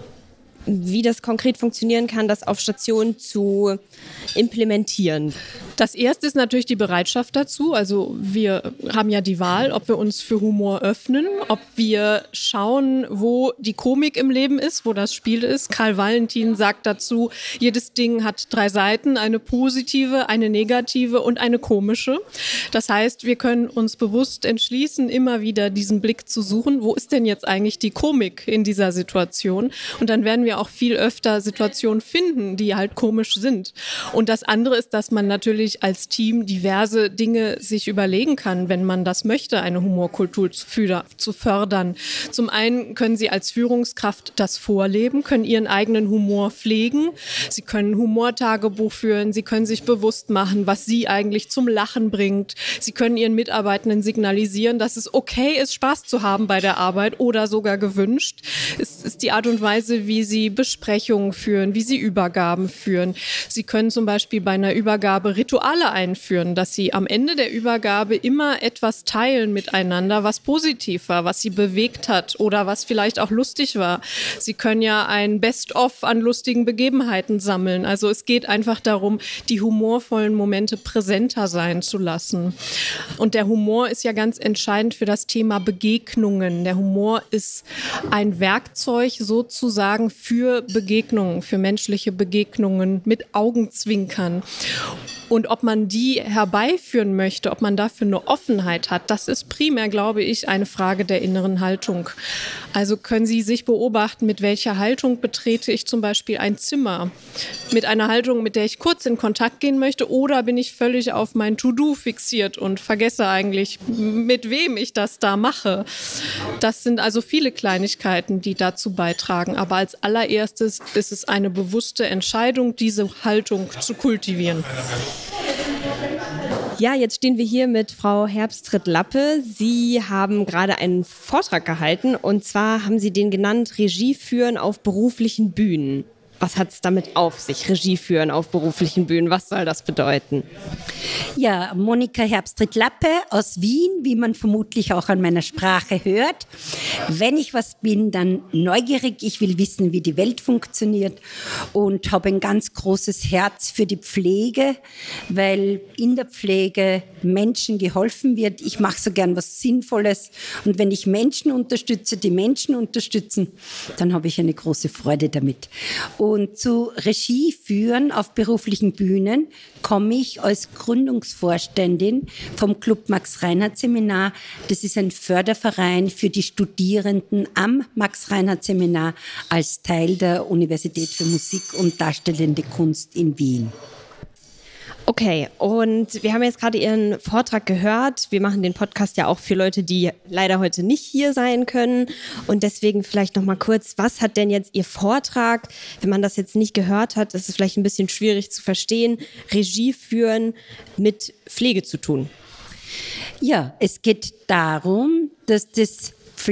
wie das konkret funktionieren kann, das auf Station zu implementieren. Das erste ist natürlich die Bereitschaft dazu. Also wir haben ja die Wahl, ob wir uns für Humor öffnen, ob wir schauen, wo die Komik im Leben ist, wo das Spiel ist. Karl Valentin sagt dazu, jedes Ding hat drei Seiten, eine positive, eine negative und eine komische. Das heißt, wir können uns bewusst entschließen, immer wieder diesen Blick zu suchen, wo ist denn jetzt eigentlich die Komik in dieser Situation? Und dann werden wir auch viel öfter Situationen finden, die halt komisch sind. Und das andere ist, dass man natürlich als Team diverse Dinge sich überlegen kann, wenn man das möchte, eine Humorkultur zu fördern. Zum einen können Sie als Führungskraft das vorleben, können Ihren eigenen Humor pflegen. Sie können Humortagebuch führen. Sie können sich bewusst machen, was Sie eigentlich zum Lachen bringt. Sie können Ihren Mitarbeitenden signalisieren, dass es okay ist, Spaß zu haben bei der Arbeit oder sogar gewünscht. Es ist die Art und Weise, wie Sie Besprechungen führen, wie Sie Übergaben führen. Sie können zum Beispiel bei einer Übergabe Rituale einführen, dass sie am Ende der Übergabe immer etwas teilen miteinander, was positiv war, was sie bewegt hat oder was vielleicht auch lustig war. Sie können ja ein Best-of an lustigen Begebenheiten sammeln. Also es geht einfach darum, die humorvollen Momente präsenter sein zu lassen. Und der Humor ist ja ganz entscheidend für das Thema Begegnungen. Der Humor ist ein Werkzeug sozusagen für Begegnungen, für menschliche Begegnungen mit Augenzwinkern. Und ob man die herbeiführen möchte, ob man dafür eine Offenheit hat, das ist primär, glaube ich, eine Frage der inneren Haltung. Also können Sie sich beobachten, mit welcher Haltung betrete ich zum Beispiel ein Zimmer? Mit einer Haltung, mit der ich kurz in Kontakt gehen möchte, oder bin ich völlig auf mein To-Do fixiert und vergesse eigentlich, mit wem ich das da mache? Das sind also viele Kleinigkeiten, die dazu beitragen. Aber als allererstes ist es eine bewusste Entscheidung, diese Haltung zu kultivieren. Ja, jetzt stehen wir hier mit Frau Herbstritt-Lappe. Sie haben gerade einen Vortrag gehalten und zwar haben Sie den genannt Regie führen auf beruflichen Bühnen. was hat es damit auf sich, Regie führen auf beruflichen Bühnen? Was soll das bedeuten? Ja, Monika Herbstritt-Lappe aus Wien, wie man vermutlich auch an meiner Sprache hört. Wenn ich was bin, dann neugierig. Ich will wissen, wie die Welt funktioniert und habe ein ganz großes Herz für die Pflege, weil in der Pflege Menschen geholfen wird. Ich mache so gern was Sinnvolles und wenn ich Menschen unterstütze, die Menschen unterstützen, dann habe ich eine große Freude damit. Und zu Regie führen auf beruflichen Bühnen komme ich als Gründungsvorständin vom Club Max-Reinhardt-Seminar. Das ist ein Förderverein für die Studierenden am Max-Reinhardt-Seminar als Teil der Universität für Musik und Darstellende Kunst in Wien. Okay, und wir haben jetzt gerade Ihren Vortrag gehört. Wir machen den Podcast ja auch für Leute, die leider heute nicht hier sein können. Und deswegen vielleicht noch mal kurz, was hat denn jetzt Ihr Vortrag, wenn man das jetzt nicht gehört hat, ist es vielleicht ein bisschen schwierig zu verstehen, Regie führen mit Pflege zu tun? Ja, es geht darum, dass das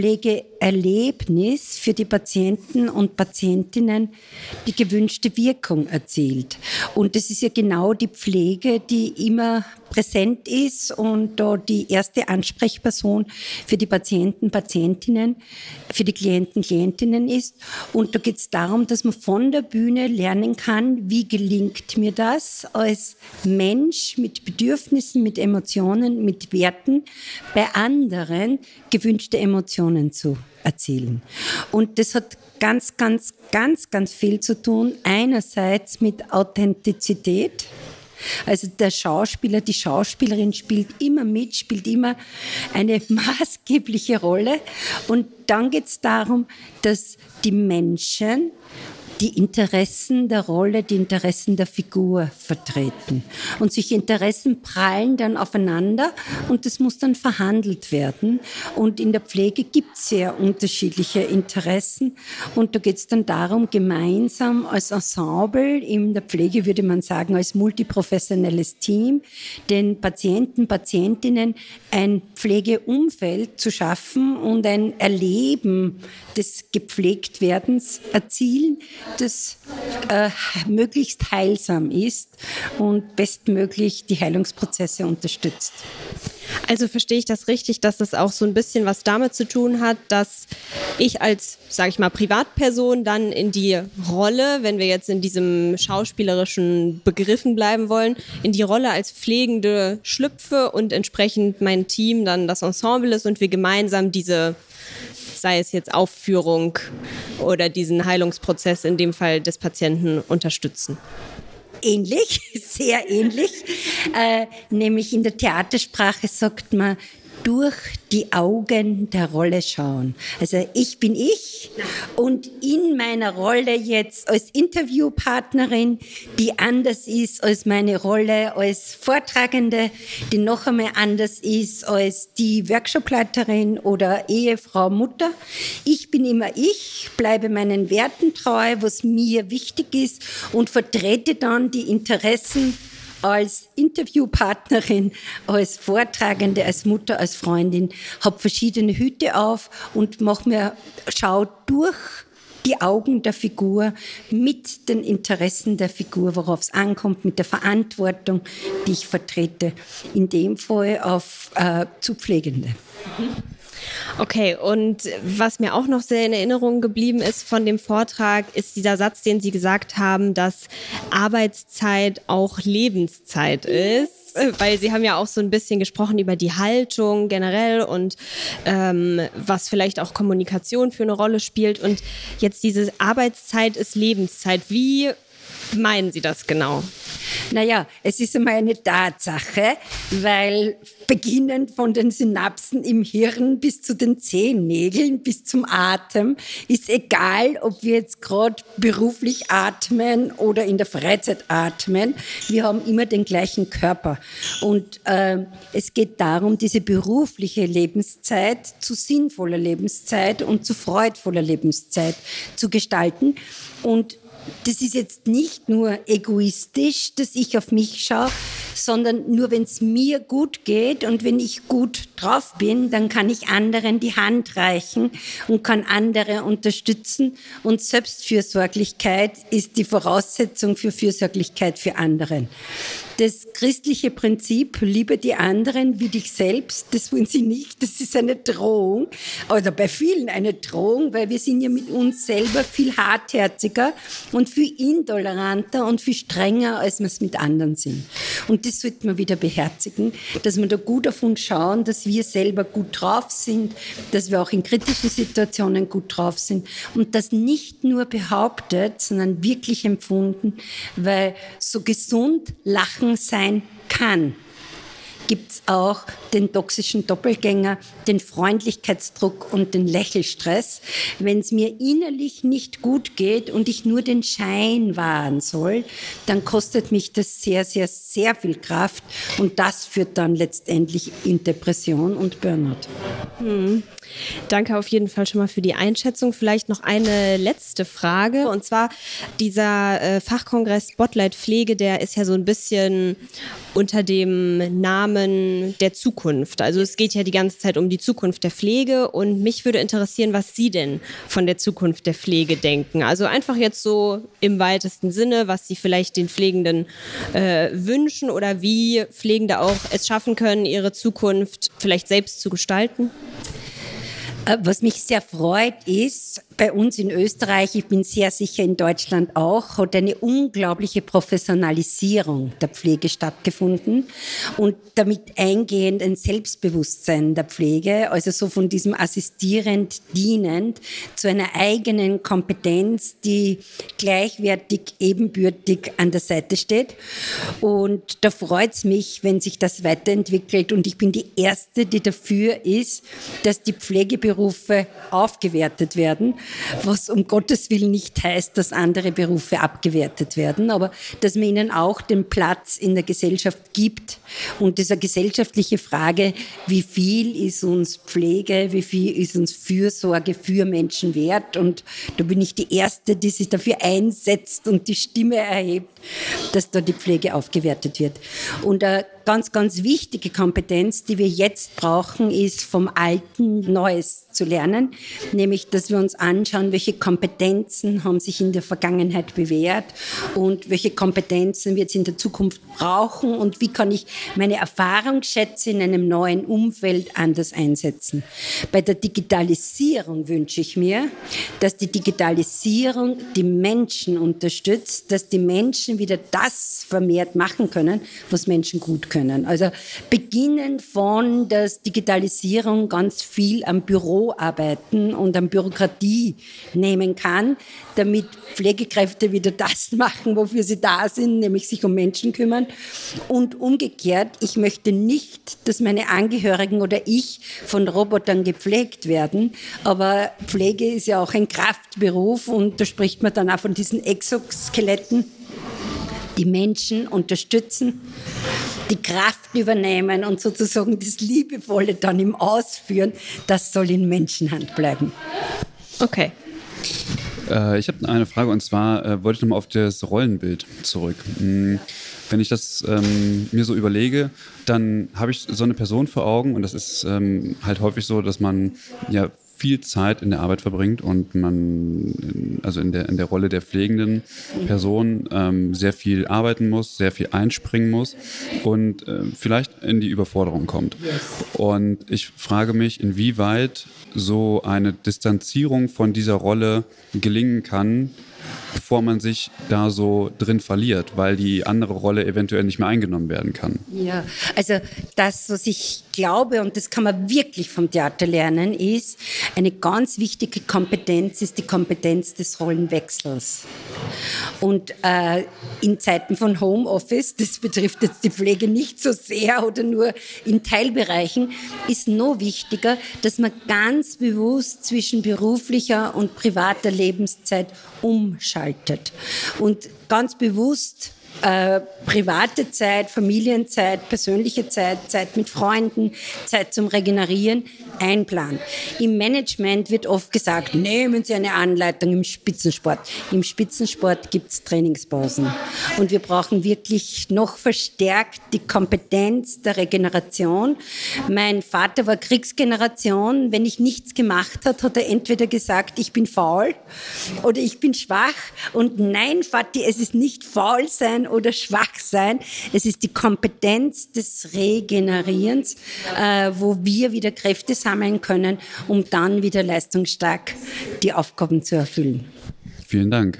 Pflegeerlebnis für die Patienten und Patientinnen die gewünschte Wirkung erzielt. Und das ist ja genau die Pflege, die immer präsent ist und da die erste Ansprechperson für die Patienten, Patientinnen, für die Klienten, Klientinnen ist. Und da geht es darum, dass man von der Bühne lernen kann, wie gelingt mir das als Mensch mit Bedürfnissen, mit Emotionen, mit Werten bei anderen gewünschte Emotionen zu erzielen. Und das hat ganz, ganz, ganz, ganz viel zu tun. Einerseits mit Authentizität. Also der Schauspieler, die Schauspielerin spielt immer mit, spielt immer eine maßgebliche Rolle. Und dann geht es darum, dass die Menschen die Interessen der Rolle, die Interessen der Figur vertreten. Und solche Interessen prallen dann aufeinander und das muss dann verhandelt werden. Und in der Pflege gibt es sehr unterschiedliche Interessen und da geht es dann darum, gemeinsam als Ensemble, in der Pflege würde man sagen als multiprofessionelles Team, den Patienten, Patientinnen ein Pflegeumfeld zu schaffen und ein Erleben des Gepflegtwerdens erzielen, das äh, möglichst heilsam ist und bestmöglich die Heilungsprozesse unterstützt. Also verstehe ich das richtig, dass das auch so ein bisschen was damit zu tun hat, dass ich als, sage ich mal, Privatperson dann in die Rolle, wenn wir jetzt in diesem schauspielerischen Begriffen bleiben wollen, in die Rolle als Pflegende schlüpfe und entsprechend mein Team dann das Ensemble ist und wir gemeinsam diese, sei es jetzt Aufführung oder diesen Heilungsprozess in dem Fall des Patienten unterstützen. Ähnlich, sehr ähnlich. Äh, nämlich in der Theatersprache sagt man, durch die Augen der Rolle schauen. Also ich bin ich und in meiner Rolle jetzt als Interviewpartnerin, die anders ist als meine Rolle als Vortragende, die noch einmal anders ist als die Workshopleiterin oder Ehefrau, Mutter. Ich bin immer ich, bleibe meinen Werten treu, was mir wichtig ist und vertrete dann die Interessen als Interviewpartnerin, als Vortragende, als Mutter, als Freundin, habe verschiedene Hüte auf und mach mir, schau durch die Augen der Figur mit den Interessen der Figur, worauf es ankommt, mit der Verantwortung, die ich vertrete, in dem Fall auf äh, zu Pflegende. Okay, und was mir auch noch sehr in Erinnerung geblieben ist von dem Vortrag, ist dieser Satz, den Sie gesagt haben, dass Arbeitszeit auch Lebenszeit ist. Weil Sie haben ja auch so ein bisschen gesprochen über die Haltung generell und ähm, was vielleicht auch Kommunikation für eine Rolle spielt. Und jetzt diese Arbeitszeit ist Lebenszeit. Wie meinen Sie das genau? Naja, es ist einmal eine Tatsache, weil beginnend von den Synapsen im Hirn bis zu den Zehennägeln, bis zum Atem, ist egal, ob wir jetzt gerade beruflich atmen oder in der Freizeit atmen, wir haben immer den gleichen Körper. Und äh, es geht darum, diese berufliche Lebenszeit zu sinnvoller Lebenszeit und zu freudvoller Lebenszeit zu gestalten. Und das ist jetzt nicht nur egoistisch, dass ich auf mich schaue, sondern nur wenn es mir gut geht und wenn ich gut drauf bin, dann kann ich anderen die Hand reichen und kann andere unterstützen. Und Selbstfürsorglichkeit ist die Voraussetzung für Fürsorglichkeit für anderen. Das christliche Prinzip, liebe die anderen wie dich selbst, das wollen sie nicht, das ist eine Drohung, oder bei vielen eine Drohung, weil wir sind ja mit uns selber viel hartherziger und viel intoleranter und viel strenger, als wir es mit anderen sind. Und das sollte man wieder beherzigen, dass wir da gut auf uns schauen, dass wir selber gut drauf sind, dass wir auch in kritischen Situationen gut drauf sind und das nicht nur behauptet, sondern wirklich empfunden, weil so gesund Lachen sein kann, gibt es auch den toxischen Doppelgänger, den Freundlichkeitsdruck und den Lächelstress. Wenn es mir innerlich nicht gut geht und ich nur den Schein wahren soll, dann kostet mich das sehr, sehr, sehr viel Kraft und das führt dann letztendlich in Depression und Burnout. Hm. Danke auf jeden Fall schon mal für die Einschätzung. Vielleicht noch eine letzte Frage. Und zwar dieser äh, Fachkongress Spotlight Pflege, der ist ja so ein bisschen unter dem Namen der Zukunft. Also es geht ja die ganze Zeit um die Zukunft der Pflege. Und mich würde interessieren, was Sie denn von der Zukunft der Pflege denken. Also einfach jetzt so im weitesten Sinne, was Sie vielleicht den Pflegenden äh, wünschen oder wie Pflegende auch es schaffen können, ihre Zukunft vielleicht selbst zu gestalten. Was mich sehr freut, ist, bei uns in Österreich, ich bin sehr sicher in Deutschland auch, hat eine unglaubliche Professionalisierung der Pflege stattgefunden und damit eingehend ein Selbstbewusstsein der Pflege, also so von diesem assistierend, dienend zu einer eigenen Kompetenz, die gleichwertig, ebenbürtig an der Seite steht. Und da freut es mich, wenn sich das weiterentwickelt und ich bin die Erste, die dafür ist, dass die Pflegeberufe aufgewertet werden, was um Gottes Willen nicht heißt, dass andere Berufe abgewertet werden, aber dass man ihnen auch den Platz in der Gesellschaft gibt. Und das ist eine gesellschaftliche Frage, wie viel ist uns Pflege, wie viel ist uns Fürsorge für Menschen wert? Und da bin ich die Erste, die sich dafür einsetzt und die Stimme erhebt, dass da die Pflege aufgewertet wird. Und eine ganz, ganz wichtige Kompetenz, die wir jetzt brauchen, ist vom Alten Neues zu lernen, nämlich, dass wir uns anschauen, welche Kompetenzen haben sich in der Vergangenheit bewährt und welche Kompetenzen wir jetzt in der Zukunft brauchen und wie kann ich meine Erfahrungsschätze in einem neuen Umfeld anders einsetzen. Bei der Digitalisierung wünsche ich mir, dass die Digitalisierung die Menschen unterstützt, dass die Menschen wieder das vermehrt machen können, was Menschen gut können. Also beginnen von, dass Digitalisierung ganz viel am Büroarbeiten und an Bürokratie nehmen kann, damit Pflegekräfte wieder das machen, wofür sie da sind, nämlich sich um Menschen kümmern. Und umgekehrt, ich möchte nicht, dass meine Angehörigen oder ich von Robotern gepflegt werden, aber Pflege ist ja auch ein Kraftberuf und da spricht man dann auch von diesen Exoskeletten, die Menschen unterstützen, die Kraft übernehmen und sozusagen das Liebevolle dann im Ausführen, das soll in Menschenhand bleiben. Okay. Äh, ich habe eine Frage und zwar äh, wollte ich nochmal auf das Rollenbild zurück. Hm, wenn ich das ähm, mir so überlege, dann habe ich so eine Person vor Augen und das ist ähm, halt häufig so, dass man ja viel Zeit in der Arbeit verbringt und man also in der, in der Rolle der pflegenden Person ähm, sehr viel arbeiten muss, sehr viel einspringen muss und äh, vielleicht in die Überforderung kommt. Und ich frage mich, inwieweit so eine Distanzierung von dieser Rolle gelingen kann, bevor man sich da so drin verliert, weil die andere Rolle eventuell nicht mehr eingenommen werden kann. Ja, also das, was ich glaube, und das kann man wirklich vom Theater lernen, ist, eine ganz wichtige Kompetenz ist die Kompetenz des Rollenwechsels. Und äh, in Zeiten von Homeoffice, das betrifft jetzt die Pflege nicht so sehr oder nur in Teilbereichen, ist noch wichtiger, dass man ganz bewusst zwischen beruflicher und privater Lebenszeit umschaltet und ganz bewusst äh, private Zeit, Familienzeit, persönliche Zeit, Zeit mit Freunden, Zeit zum Regenerieren einplanen. Im Management wird oft gesagt, nehmen Sie eine Anleitung im Spitzensport. Im Spitzensport gibt es Trainingspausen. Und wir brauchen wirklich noch verstärkt die Kompetenz der Regeneration. Mein Vater war Kriegsgeneration. Wenn ich nichts gemacht habe, hat er entweder gesagt, ich bin faul oder ich bin schwach. Und nein, Vati, es ist nicht faul sein oder schwach sein. Es ist die Kompetenz des Regenerierens, äh, wo wir wieder Kräfte sammeln können, um dann wieder leistungsstark die Aufgaben zu erfüllen. Vielen Dank.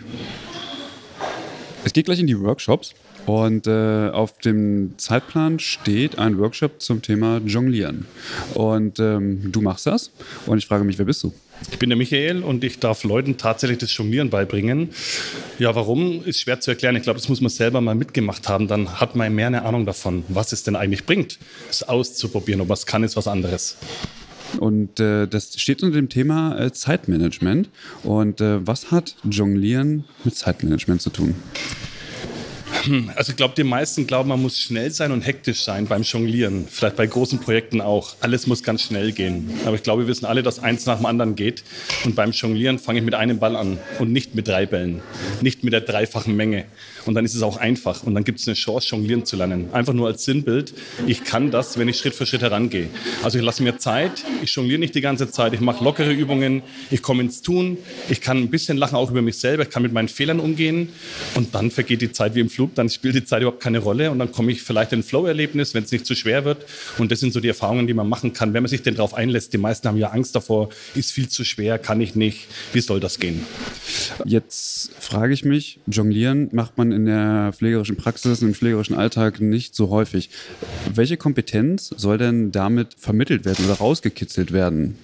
Es geht gleich in die Workshops und äh, auf dem Zeitplan steht ein Workshop zum Thema Jonglieren. Und ähm, du machst das und ich frage mich, wer bist du? Ich bin der Michael und ich darf Leuten tatsächlich das Jonglieren beibringen. Ja, warum, ist schwer zu erklären. Ich glaube, das muss man selber mal mitgemacht haben. Dann hat man mehr eine Ahnung davon, was es denn eigentlich bringt, es auszuprobieren. Ob man es kann, ist was anderes. Und äh, das steht unter dem Thema äh, Zeitmanagement. Und äh, was hat Jonglieren mit Zeitmanagement zu tun? Also ich glaube, die meisten glauben, man muss schnell sein und hektisch sein beim Jonglieren. Vielleicht bei großen Projekten auch. Alles muss ganz schnell gehen. Aber ich glaube, wir wissen alle, dass eins nach dem anderen geht. Und beim Jonglieren fange ich mit einem Ball an und nicht mit drei Bällen. Nicht mit der dreifachen Menge. Und dann ist es auch einfach. Und dann gibt es eine Chance, jonglieren zu lernen. Einfach nur als Sinnbild. Ich kann das, wenn ich Schritt für Schritt herangehe. Also ich lasse mir Zeit. Ich jongliere nicht die ganze Zeit. Ich mache lockere Übungen. Ich komme ins Tun. Ich kann ein bisschen lachen, auch über mich selber. Ich kann mit meinen Fehlern umgehen. Und dann vergeht die Zeit wie im Flug. Dann spielt die Zeit überhaupt keine Rolle. Und dann komme ich vielleicht in ein Flow-Erlebnis, wenn es nicht zu schwer wird. Und das sind so die Erfahrungen, die man machen kann, wenn man sich denn darauf einlässt. Die meisten haben ja Angst davor. Ist viel zu schwer, kann ich nicht. Wie soll das gehen? Jetzt frage ich mich, Jonglieren macht man in der pflegerischen Praxis, im pflegerischen Alltag nicht so häufig. Welche Kompetenz soll denn damit vermittelt werden oder rausgekitzelt werden?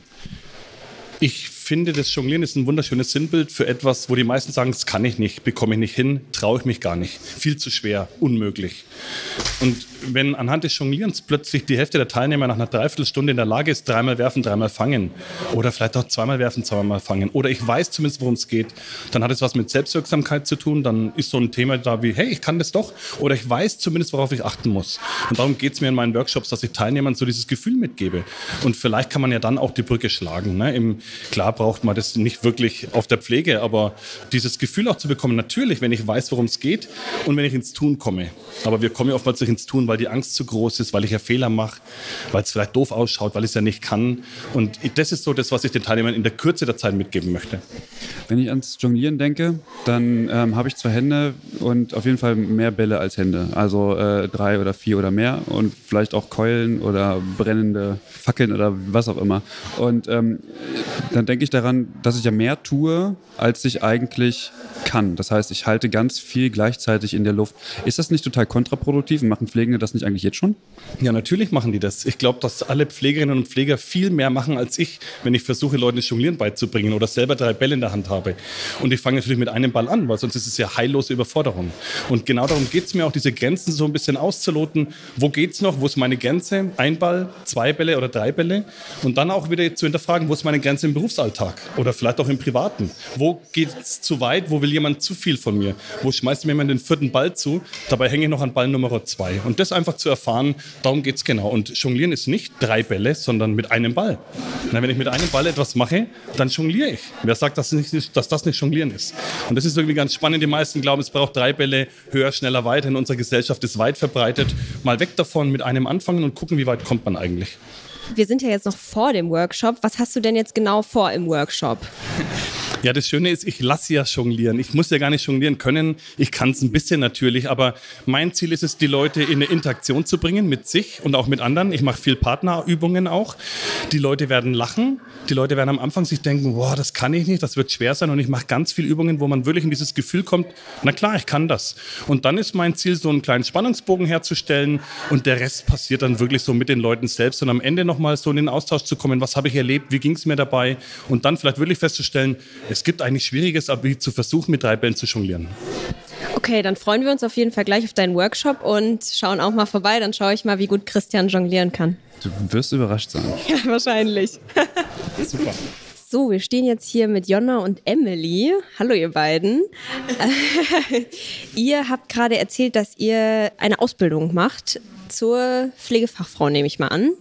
Ich finde, das Jonglieren ist ein wunderschönes Sinnbild für etwas, wo die meisten sagen, das kann ich nicht, bekomme ich nicht hin, traue ich mich gar nicht. Viel zu schwer, unmöglich. Und wenn anhand des Jonglierens plötzlich die Hälfte der Teilnehmer nach einer Dreiviertelstunde in der Lage ist, dreimal werfen, dreimal fangen oder vielleicht auch zweimal werfen, zweimal fangen oder ich weiß zumindest, worum es geht, dann hat es was mit Selbstwirksamkeit zu tun, dann ist so ein Thema da wie, hey, ich kann das doch oder ich weiß zumindest, worauf ich achten muss. Und darum geht es mir in meinen Workshops, dass ich Teilnehmern so dieses Gefühl mitgebe. Und vielleicht kann man ja dann auch die Brücke schlagen. Ne? Im, klar braucht man das nicht wirklich auf der Pflege, aber dieses Gefühl auch zu bekommen, natürlich, wenn ich weiß, worum es geht und wenn ich ins Tun komme. Aber wir kommen ja oftmals nicht ins Tun, weil die Angst zu groß ist, weil ich ja Fehler mache, weil es vielleicht doof ausschaut, weil ich es ja nicht kann. Und das ist so das, was ich den Teilnehmern in der Kürze der Zeit mitgeben möchte. Wenn ich ans Jonglieren denke, dann ähm, habe ich zwei Hände und auf jeden Fall mehr Bälle als Hände. Also äh, drei oder vier oder mehr und vielleicht auch Keulen oder brennende Fackeln oder was auch immer. Und ähm, dann denke ich daran, dass ich ja mehr tue, als ich eigentlich kann. Das heißt, ich halte ganz viel gleichzeitig in der Luft. Ist das nicht total kontraproduktiv? Machen Pflegende das nicht eigentlich jetzt schon? Ja, natürlich machen die das. Ich glaube, dass alle Pflegerinnen und Pfleger viel mehr machen als ich, wenn ich versuche, Leuten das Jonglieren beizubringen oder selber drei Bälle in der Hand habe. Und ich fange natürlich mit einem Ball an, weil sonst ist es ja heillose Überforderung. Und genau darum geht es mir auch, diese Grenzen so ein bisschen auszuloten. Wo geht's noch? Wo ist meine Grenze? Ein Ball, zwei Bälle oder drei Bälle? Und dann auch wieder zu hinterfragen, wo ist meine Grenze im Berufsalltag? Oder vielleicht auch im Privaten? Wo geht es zu weit? Wo will jemand zu viel von mir? Wo schmeißt mir jemand den vierten Ball zu? Dabei hänge ich noch an Ball Nummer zwei. Und das einfach zu erfahren, darum geht es genau. Und Jonglieren ist nicht drei Bälle, sondern mit einem Ball. Na, wenn ich mit einem Ball etwas mache, dann jongliere ich. Wer sagt, dass, nicht, dass das nicht Jonglieren ist? Und das ist irgendwie ganz spannend. Die meisten glauben, es braucht drei Bälle, höher, schneller, weiter. In unserer Gesellschaft ist weit verbreitet. Mal weg davon, mit einem anfangen und gucken, wie weit kommt man eigentlich. Wir sind ja jetzt noch vor dem Workshop. Was hast du denn jetzt genau vor im Workshop? Ja, das Schöne ist, ich lasse ja jonglieren. Ich muss ja gar nicht jonglieren können. Ich kann es ein bisschen natürlich, aber mein Ziel ist es, die Leute in eine Interaktion zu bringen mit sich und auch mit anderen. Ich mache viel Partnerübungen auch. Die Leute werden lachen. Die Leute werden am Anfang sich denken, boah, das kann ich nicht, das wird schwer sein. Und ich mache ganz viele Übungen, wo man wirklich in dieses Gefühl kommt, na klar, ich kann das. Und dann ist mein Ziel, so einen kleinen Spannungsbogen herzustellen und der Rest passiert dann wirklich so mit den Leuten selbst und am Ende nochmal so in den Austausch zu kommen, was habe ich erlebt, wie ging es mir dabei und dann vielleicht wirklich festzustellen, es gibt eigentlich Schwieriges, aber zu versuchen, mit drei Bällen zu jonglieren. Okay, dann freuen wir uns auf jeden Fall gleich auf deinen Workshop und schauen auch mal vorbei. Dann schaue ich mal, wie gut Christian jonglieren kann. Du wirst überrascht sein. Ja, wahrscheinlich. Super. So, wir stehen jetzt hier mit Jonna und Emily. Hallo ihr beiden. Ihr habt gerade erzählt, dass ihr eine Ausbildung macht zur Pflegefachfrau, nehme ich mal an.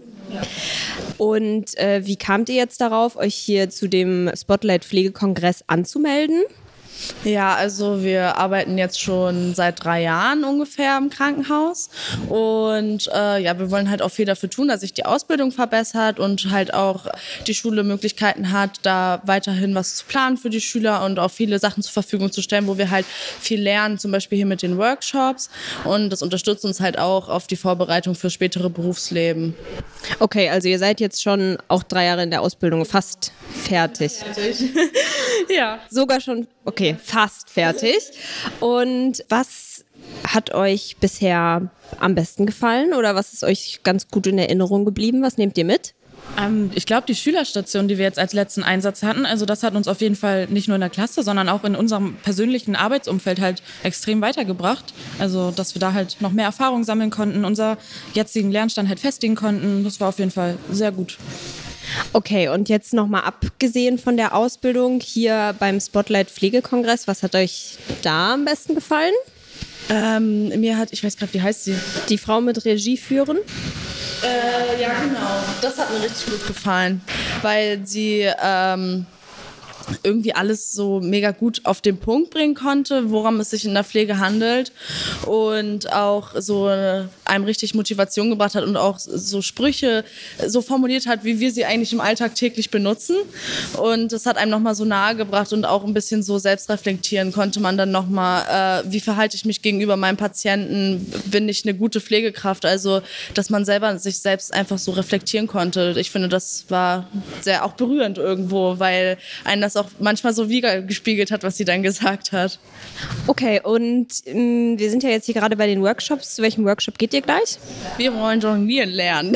Und äh, wie kamt ihr jetzt darauf, euch hier zu dem Spotlight Pflegekongress anzumelden? Ja, also wir arbeiten jetzt schon seit drei Jahren ungefähr im Krankenhaus und äh, ja, wir wollen halt auch viel dafür tun, dass sich die Ausbildung verbessert und halt auch die Schule Möglichkeiten hat, da weiterhin was zu planen für die Schüler und auch viele Sachen zur Verfügung zu stellen, wo wir halt viel lernen, zum Beispiel hier mit den Workshops, und das unterstützt uns halt auch auf die Vorbereitung für spätere Berufsleben. Okay, also ihr seid jetzt schon auch drei Jahre in der Ausbildung fast fertig. Fertig. Ja. Sogar schon, okay, fast fertig. Und was hat euch bisher am besten gefallen oder was ist euch ganz gut in Erinnerung geblieben? Was nehmt ihr mit? Ähm, ich glaube, die Schülerstation, die wir jetzt als letzten Einsatz hatten, also das hat uns auf jeden Fall nicht nur in der Klasse, sondern auch in unserem persönlichen Arbeitsumfeld halt extrem weitergebracht. Also, dass wir da halt noch mehr Erfahrung sammeln konnten, unser jetzigen Lernstand halt festigen konnten. Das war auf jeden Fall sehr gut. Okay, und jetzt nochmal abgesehen von der Ausbildung hier beim Spotlight Pflegekongress, was hat euch da am besten gefallen? Ähm, mir hat, ich weiß gerade, wie heißt sie? Die Frau mit Regie führen? Äh, ja, genau. Das hat mir richtig gut gefallen, weil sie ähm, irgendwie alles so mega gut auf den Punkt bringen konnte, worum es sich in der Pflege handelt, und auch so einem richtig Motivation gebracht hat und auch so Sprüche so formuliert hat, wie wir sie eigentlich im Alltag täglich benutzen, und das hat einem nochmal so nahe gebracht und auch ein bisschen so selbst reflektieren konnte man dann nochmal, äh, wie verhalte ich mich gegenüber meinem Patienten, bin ich eine gute Pflegekraft, also dass man selber sich selbst einfach so reflektieren konnte. Ich finde, das war sehr auch berührend irgendwo, weil einen das auch manchmal so wiedergespiegelt hat, was sie dann gesagt hat. Okay, und ähm, wir sind ja jetzt hier gerade bei den Workshops. Zu welchem Workshop geht ihr gleich? Wir wollen jonglieren lernen.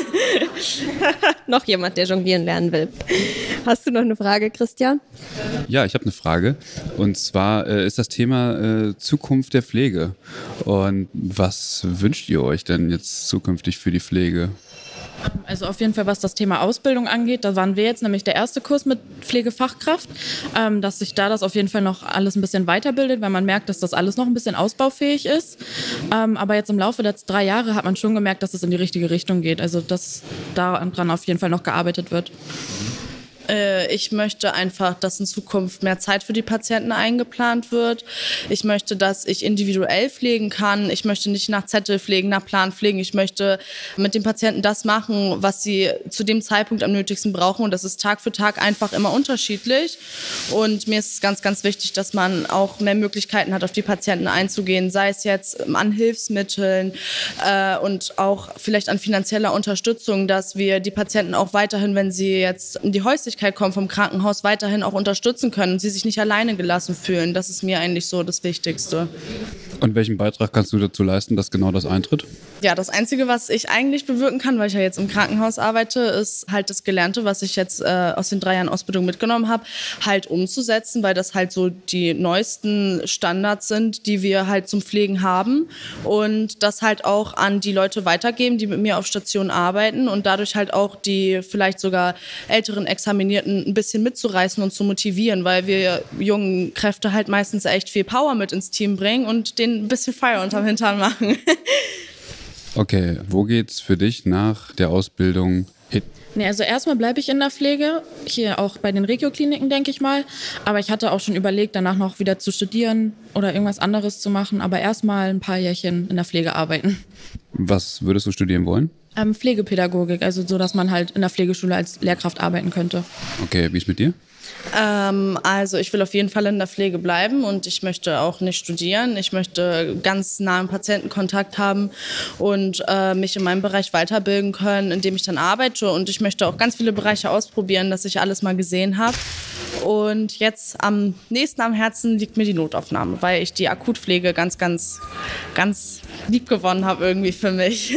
Noch jemand, der jonglieren lernen will. Hast du noch eine Frage, Christian? Ja, ich habe eine Frage. Und zwar äh, ist das Thema äh, Zukunft der Pflege. Und was wünscht ihr euch denn jetzt zukünftig für die Pflege? Also auf jeden Fall, was das Thema Ausbildung angeht, da waren wir jetzt nämlich der erste Kurs mit Pflegefachkraft, ähm, dass sich da das auf jeden Fall noch alles ein bisschen weiterbildet, weil man merkt, dass das alles noch ein bisschen ausbaufähig ist. Ähm, aber jetzt im Laufe der drei Jahre hat man schon gemerkt, dass es in die richtige Richtung geht. Also dass daran auf jeden Fall noch gearbeitet wird. Ich möchte einfach, dass in Zukunft mehr Zeit für die Patienten eingeplant wird. Ich möchte, dass ich individuell pflegen kann. Ich möchte nicht nach Zettel pflegen, nach Plan pflegen. Ich möchte mit den Patienten das machen, was sie zu dem Zeitpunkt am nötigsten brauchen. Und das ist Tag für Tag einfach immer unterschiedlich. Und mir ist es ganz, ganz wichtig, dass man auch mehr Möglichkeiten hat, auf die Patienten einzugehen. Sei es jetzt an Hilfsmitteln äh, und auch vielleicht an finanzieller Unterstützung, dass wir die Patienten auch weiterhin, wenn sie jetzt in die Häuslichkeit kommen vom Krankenhaus, weiterhin auch unterstützen können und sie sich nicht alleine gelassen fühlen. Das ist mir eigentlich so das Wichtigste. Und welchen Beitrag kannst du dazu leisten, dass genau das eintritt? Ja, das Einzige, was ich eigentlich bewirken kann, weil ich ja jetzt im Krankenhaus arbeite, ist halt das Gelernte, was ich jetzt äh, aus den drei Jahren Ausbildung mitgenommen habe, halt umzusetzen, weil das halt so die neuesten Standards sind, die wir halt zum Pflegen haben, und das halt auch an die Leute weitergeben, die mit mir auf Station arbeiten, und dadurch halt auch die vielleicht sogar älteren Examinierten ein bisschen mitzureißen und zu motivieren, weil wir jungen Kräfte halt meistens echt viel Power mit ins Team bringen und denen ein bisschen Feuer unterm Hintern machen. Okay, wo geht's für dich nach der Ausbildung hin? Nee, also erstmal bleibe ich in der Pflege, hier auch bei den Regio-Kliniken, denke ich mal. Aber ich hatte auch schon überlegt, danach noch wieder zu studieren oder irgendwas anderes zu machen. Aber erstmal ein paar Jährchen in der Pflege arbeiten. Was würdest du studieren wollen? Ähm, Pflegepädagogik, also so, dass man halt in der Pflegeschule als Lehrkraft arbeiten könnte. Okay, wie ist mit dir? Ähm, also ich will auf jeden Fall in der Pflege bleiben und ich möchte auch nicht studieren. Ich möchte ganz nah im Patientenkontakt haben und äh, mich in meinem Bereich weiterbilden können, in dem ich dann arbeite. Und ich möchte auch ganz viele Bereiche ausprobieren, dass ich alles mal gesehen habe. Und jetzt am nächsten am Herzen liegt mir die Notaufnahme, weil ich die Akutpflege ganz, ganz, ganz lieb gewonnen habe irgendwie für mich.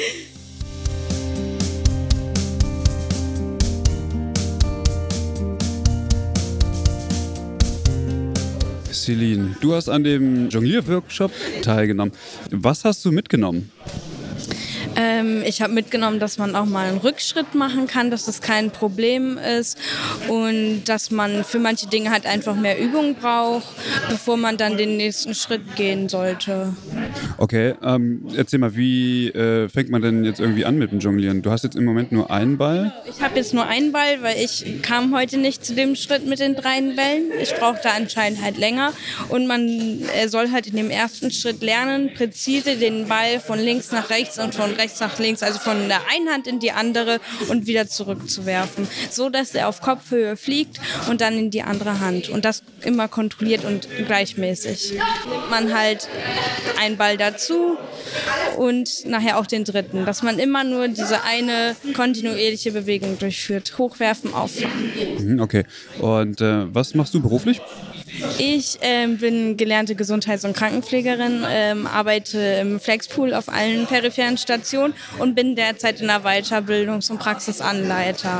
Celine, du hast an dem Jonglier-Workshop teilgenommen. Was hast du mitgenommen? Äh, Ähm, ich habe mitgenommen, dass man auch mal einen Rückschritt machen kann, dass das kein Problem ist und dass man für manche Dinge halt einfach mehr Übung braucht, bevor man dann den nächsten Schritt gehen sollte. Okay, ähm, erzähl mal, wie äh, fängt man denn jetzt irgendwie an mit dem Jonglieren? Du hast jetzt im Moment nur einen Ball. Ich habe jetzt nur einen Ball, weil ich kam heute nicht zu dem Schritt mit den drei Bällen. Ich brauchte anscheinend halt länger und man äh, soll halt in dem ersten Schritt lernen, präzise den Ball von links nach rechts und von rechts nach links, also von der einen Hand in die andere und wieder zurückzuwerfen, so dass er auf Kopfhöhe fliegt und dann in die andere Hand und das immer kontrolliert und gleichmäßig. Nimmt man halt einen Ball dazu und nachher auch den dritten, dass man immer nur diese eine kontinuierliche Bewegung durchführt. Hochwerfen, auffangen. Okay, und äh, was machst du beruflich? Ich ähm, bin gelernte Gesundheits- und Krankenpflegerin, ähm, arbeite im Flexpool auf allen peripheren Stationen und bin derzeit in der Weiterbildungs- und Praxisanleiter.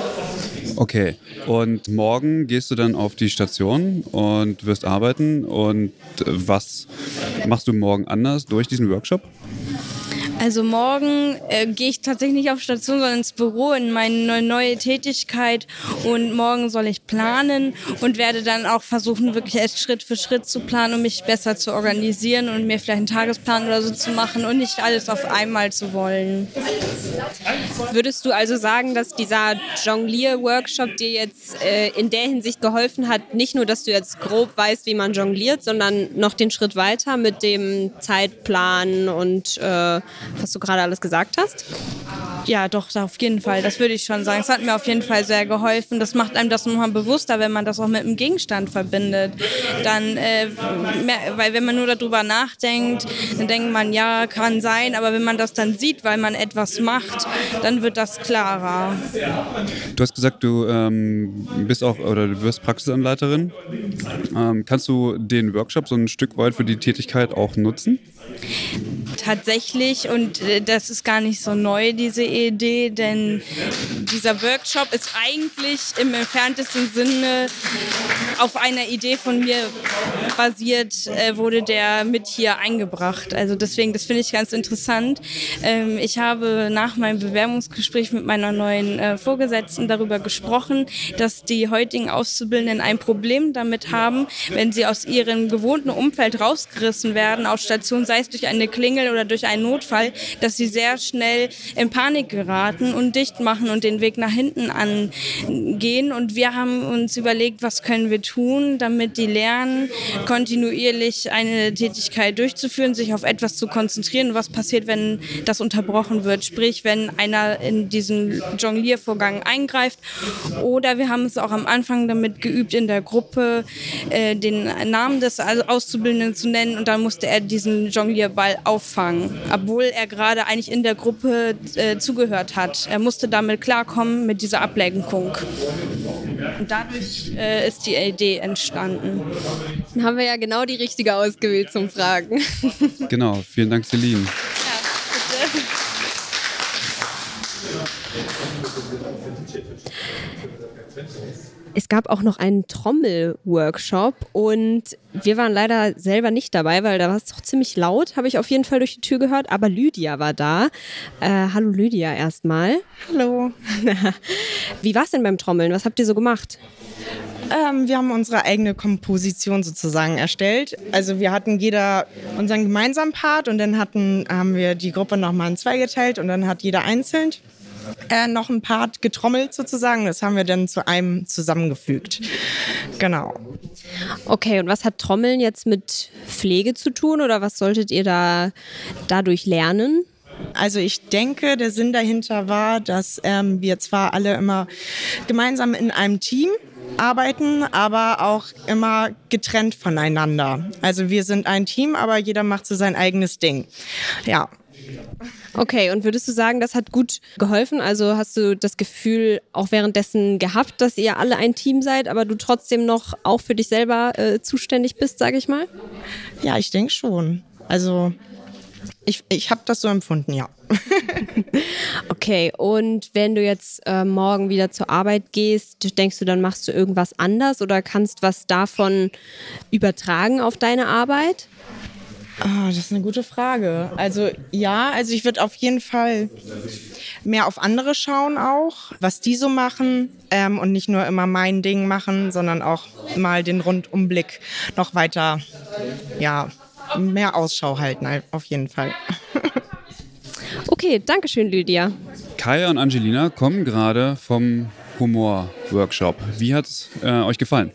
Okay, und morgen gehst du dann auf die Station und wirst arbeiten. Und was machst du morgen anders durch diesen Workshop? Also morgen äh, gehe ich tatsächlich nicht auf Station, sondern ins Büro in meine neue Tätigkeit und morgen soll ich planen und werde dann auch versuchen, wirklich erst Schritt für Schritt zu planen, um mich besser zu organisieren und mir vielleicht einen Tagesplan oder so zu machen und nicht alles auf einmal zu wollen. Würdest du also sagen, dass dieser Jonglier-Workshop dir jetzt äh, in der Hinsicht geholfen hat, nicht nur, dass du jetzt grob weißt, wie man jongliert, sondern noch den Schritt weiter mit dem Zeitplan und äh, was du gerade alles gesagt hast? Ja, doch, auf jeden Fall. Das würde ich schon sagen. Es hat mir auf jeden Fall sehr geholfen. Das macht einem das nochmal bewusster, wenn man das auch mit einem Gegenstand verbindet. Dann, äh, mehr, weil wenn man nur darüber nachdenkt, dann denkt man, ja, kann sein. Aber wenn man das dann sieht, weil man etwas macht, dann wird das klarer. Du hast gesagt, du ähm, bist auch oder du wirst Praxisanleiterin. Ähm, kannst du den Workshop so ein Stück weit für die Tätigkeit auch nutzen? Tatsächlich, und das ist gar nicht so neu, diese Idee, denn dieser Workshop ist eigentlich im entferntesten Sinne auf einer Idee von mir basiert, äh, wurde der mit hier eingebracht. Also deswegen, das finde ich ganz interessant. Ähm, ich habe nach meinem Bewerbungsgespräch mit meiner neuen äh, Vorgesetzten darüber gesprochen, dass die heutigen Auszubildenden ein Problem damit haben, wenn sie aus ihrem gewohnten Umfeld rausgerissen werden, auf Station, sei es durch eine Klingel oder durch einen Notfall, dass sie sehr schnell in Panik geraten und dicht machen und den Weg nach hinten angehen. Und wir haben uns überlegt, was können wir tun, damit die lernen, kontinuierlich eine Tätigkeit durchzuführen, sich auf etwas zu konzentrieren. Was passiert, wenn das unterbrochen wird? Sprich, wenn einer in diesen Jongliervorgang eingreift. Oder wir haben es auch am Anfang damit geübt, in der Gruppe äh, den Namen des Auszubildenden zu nennen und dann musste er diesen Jonglierball auffangen, obwohl er gerade eigentlich in der Gruppe äh, zugehört hat. Er musste damit klarkommen mit dieser Ablenkung. Und dadurch äh, ist die Idee entstanden. Dann haben wir ja genau die richtige ausgewählt zum Fragen. Genau, vielen Dank, Celine. Ja, bitte. Es gab auch noch einen Trommel-Workshop und wir waren leider selber nicht dabei, weil da war es doch ziemlich laut, habe ich auf jeden Fall durch die Tür gehört, aber Lydia war da. Äh, hallo Lydia erstmal. Hallo. Wie war es denn beim Trommeln? Was habt ihr so gemacht? Ähm, wir haben unsere eigene Komposition sozusagen erstellt. Also wir hatten jeder unseren gemeinsamen Part und dann hatten, haben wir die Gruppe nochmal in zwei geteilt und dann hat jeder einzeln äh, noch einen Part getrommelt sozusagen. Das haben wir dann zu einem zusammengefügt. Genau. Okay, und was hat Trommeln jetzt mit Pflege zu tun oder was solltet ihr da dadurch lernen? Also ich denke, der Sinn dahinter war, dass ähm, wir zwar alle immer gemeinsam in einem Team arbeiten, aber auch immer getrennt voneinander. Also wir sind ein Team, aber jeder macht so sein eigenes Ding. Ja. Okay, und würdest du sagen, das hat gut geholfen? Also hast du das Gefühl auch währenddessen gehabt, dass ihr alle ein Team seid, aber du trotzdem noch auch für dich selber äh, zuständig bist, sage ich mal? Ja, ich denke schon. Also ich, ich habe das so empfunden, ja. Okay, und wenn du jetzt äh, morgen wieder zur Arbeit gehst, denkst du, dann machst du irgendwas anders oder kannst was davon übertragen auf deine Arbeit? Oh, das ist eine gute Frage. Also ja, also ich würde auf jeden Fall mehr auf andere schauen auch, was die so machen ähm, und nicht nur immer mein Ding machen, sondern auch mal den Rundumblick noch weiter, ja, mehr Ausschau halten auf jeden Fall. Okay, danke schön, Lydia. Kaya und Angelina kommen gerade vom Humor-Workshop. Wie hat es äh, euch gefallen?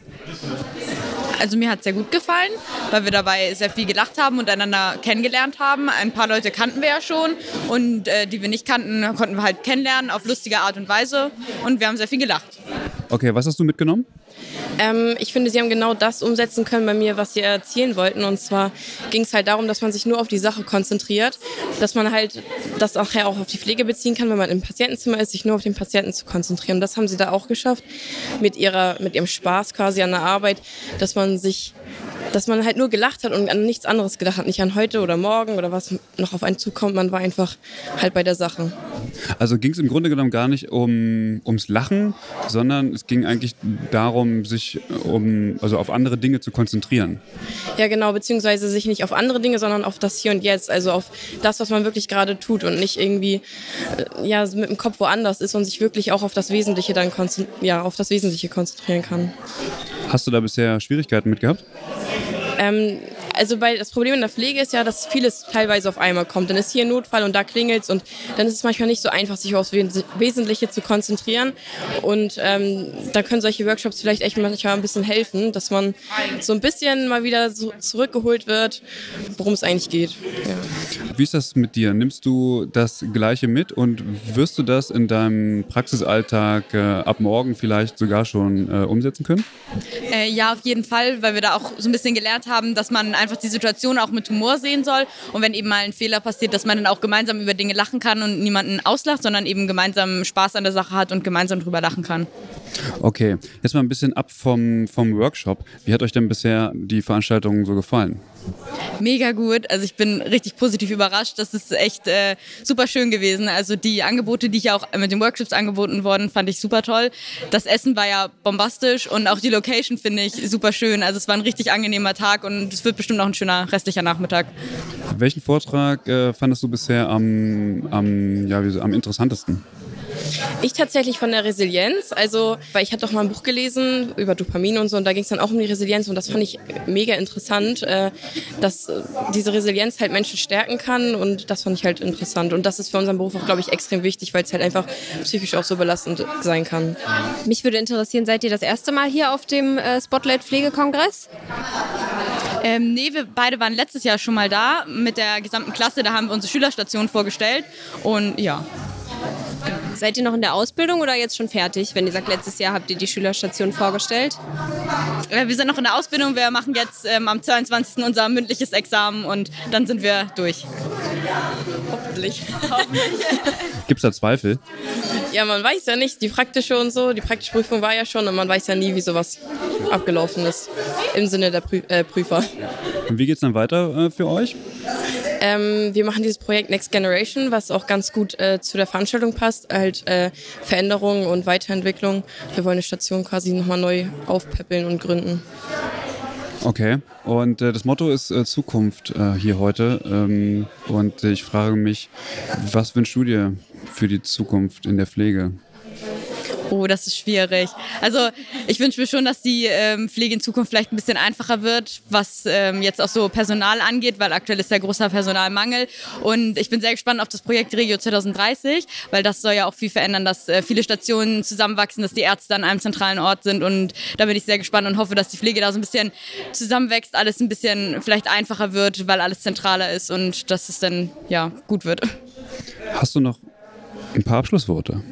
Also mir hat es sehr gut gefallen, weil wir dabei sehr viel gelacht haben und einander kennengelernt haben. Ein paar Leute kannten wir ja schon und äh, die wir nicht kannten, konnten wir halt kennenlernen auf lustige Art und Weise und wir haben sehr viel gelacht. Okay, was hast du mitgenommen? Ähm, ich finde, sie haben genau das umsetzen können bei mir, was sie erzielen wollten. Und zwar ging es halt darum, dass man sich nur auf die Sache konzentriert, dass man halt das nachher auch auf die Pflege beziehen kann, wenn man im Patientenzimmer ist, sich nur auf den Patienten zu konzentrieren. Das haben sie da auch geschafft, mit ihrer, mit ihrem Spaß quasi an der Arbeit, dass man sich, dass man halt nur gelacht hat und an nichts anderes gedacht hat, nicht an heute oder morgen oder was noch auf einen zukommt. Man war einfach halt bei der Sache. Also ging es im Grunde genommen gar nicht um, ums Lachen, sondern es ging eigentlich darum, sich um, also auf andere Dinge zu konzentrieren. Ja, genau, beziehungsweise sich nicht auf andere Dinge, sondern auf das Hier und Jetzt, also auf das, was man wirklich gerade tut und nicht irgendwie äh, ja, mit dem Kopf woanders ist und sich wirklich auch auf das Wesentliche dann konzentri- ja, auf das Wesentliche konzentrieren kann. Hast du da bisher Schwierigkeiten mit gehabt? Ähm, also bei, das Problem in der Pflege ist ja, dass vieles teilweise auf einmal kommt. Dann ist hier ein Notfall und da klingelt's und dann ist es manchmal nicht so einfach, sich aufs Wesentliche zu konzentrieren. Und ähm, da können solche Workshops vielleicht echt manchmal ein bisschen helfen, dass man so ein bisschen mal wieder so zurückgeholt wird, worum es eigentlich geht. Ja. Wie ist das mit dir? Nimmst du das Gleiche mit und wirst du das in deinem Praxisalltag äh, ab morgen vielleicht sogar schon äh, umsetzen können? Äh, ja, auf jeden Fall, weil wir da auch so ein bisschen gelernt haben, dass man einfach die Situation auch mit Humor sehen soll und wenn eben mal ein Fehler passiert, dass man dann auch gemeinsam über Dinge lachen kann und niemanden auslacht, sondern eben gemeinsam Spaß an der Sache hat und gemeinsam drüber lachen kann. Okay, jetzt mal ein bisschen ab vom, vom Workshop. Wie hat euch denn bisher die Veranstaltung so gefallen? Mega gut, also ich bin richtig positiv überrascht, das ist echt äh, super schön gewesen, also die Angebote, die hier auch mit den Workshops angeboten wurden, fand ich super toll. Das Essen war ja bombastisch und auch die Location finde ich super schön, also es war ein richtig angenehmer Tag und es wird bestimmt auch ein schöner restlicher Nachmittag. Welchen Vortrag äh, fandest du bisher am, am, ja, wie so, am interessantesten? Ich tatsächlich von der Resilienz, also, weil ich hatte doch mal ein Buch gelesen über Dopamin und so und da ging es dann auch um die Resilienz und das fand ich mega interessant, äh, dass diese Resilienz halt Menschen stärken kann und das fand ich halt interessant und das ist für unseren Beruf auch, glaube ich, extrem wichtig, weil es halt einfach psychisch auch so belastend sein kann. Mich würde interessieren, seid ihr das erste Mal hier auf dem äh, Spotlight Pflegekongress? Ähm, nee, wir beide waren letztes Jahr schon mal da mit der gesamten Klasse, da haben wir unsere Schülerstation vorgestellt und ja. Seid ihr noch in der Ausbildung oder jetzt schon fertig? Wenn ihr sagt, letztes Jahr habt ihr die Schülerstation vorgestellt? Äh, wir sind noch in der Ausbildung. Wir machen jetzt ähm, am zweiundzwanzigsten unser mündliches Examen und dann sind wir durch. Hoffentlich. Gibt es da Zweifel? Ja, man weiß ja nicht, die praktische und so, die praktische Prüfung war ja schon und man weiß ja nie, wie sowas abgelaufen ist im Sinne der Prü- äh, Prüfer. Und wie geht es dann weiter äh, für euch? Ähm, wir machen dieses Projekt Next Generation, was auch ganz gut äh, zu der Veranstaltung passt, halt äh, Veränderung und Weiterentwicklung. Wir wollen eine Station quasi nochmal neu aufpäppeln und gründen. Okay, und äh, das Motto ist äh, Zukunft äh, hier heute ähm, und äh, ich frage mich, was wünschst du dir für die Zukunft in der Pflege? Oh, das ist schwierig. Also ich wünsche mir schon, dass die ähm, Pflege in Zukunft vielleicht ein bisschen einfacher wird, was ähm, jetzt auch so Personal angeht, weil aktuell ist ja großer Personalmangel. Und ich bin sehr gespannt auf das Projekt Regio zwanzig dreißig, weil das soll ja auch viel verändern, dass äh, viele Stationen zusammenwachsen, dass die Ärzte an einem zentralen Ort sind. Und da bin ich sehr gespannt und hoffe, dass die Pflege da so ein bisschen zusammenwächst, alles ein bisschen vielleicht einfacher wird, weil alles zentraler ist und dass es dann ja gut wird. Hast du noch ein paar Abschlussworte?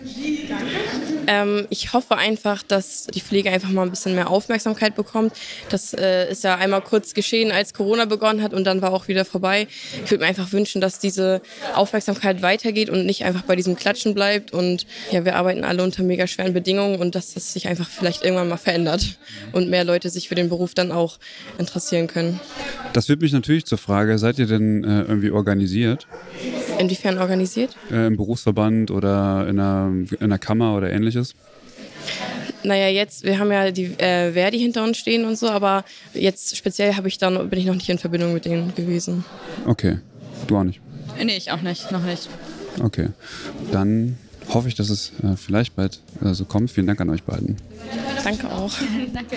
Ähm, ich hoffe einfach, dass die Pflege einfach mal ein bisschen mehr Aufmerksamkeit bekommt. Das äh, ist ja einmal kurz geschehen, als Corona begonnen hat und dann war auch wieder vorbei. Ich würde mir einfach wünschen, dass diese Aufmerksamkeit weitergeht und nicht einfach bei diesem Klatschen bleibt. Und ja, wir arbeiten alle unter mega schweren Bedingungen und dass das sich einfach vielleicht irgendwann mal verändert und mehr Leute sich für den Beruf dann auch interessieren können. Das führt mich natürlich zur Frage, seid ihr denn äh, irgendwie organisiert? Inwiefern organisiert? Äh, Im Berufsverband oder in einer, in einer Kammer oder ähnliches? Naja, jetzt, wir haben ja die äh, Verdi hinter uns stehen und so, aber jetzt speziell habe ich dann, bin ich noch nicht in Verbindung mit denen gewesen. Okay, du auch nicht? Nee, ich auch nicht, noch nicht. Okay, dann hoffe ich, dass es äh, vielleicht bald äh, so kommt. Vielen Dank an euch beiden. Danke auch. Danke.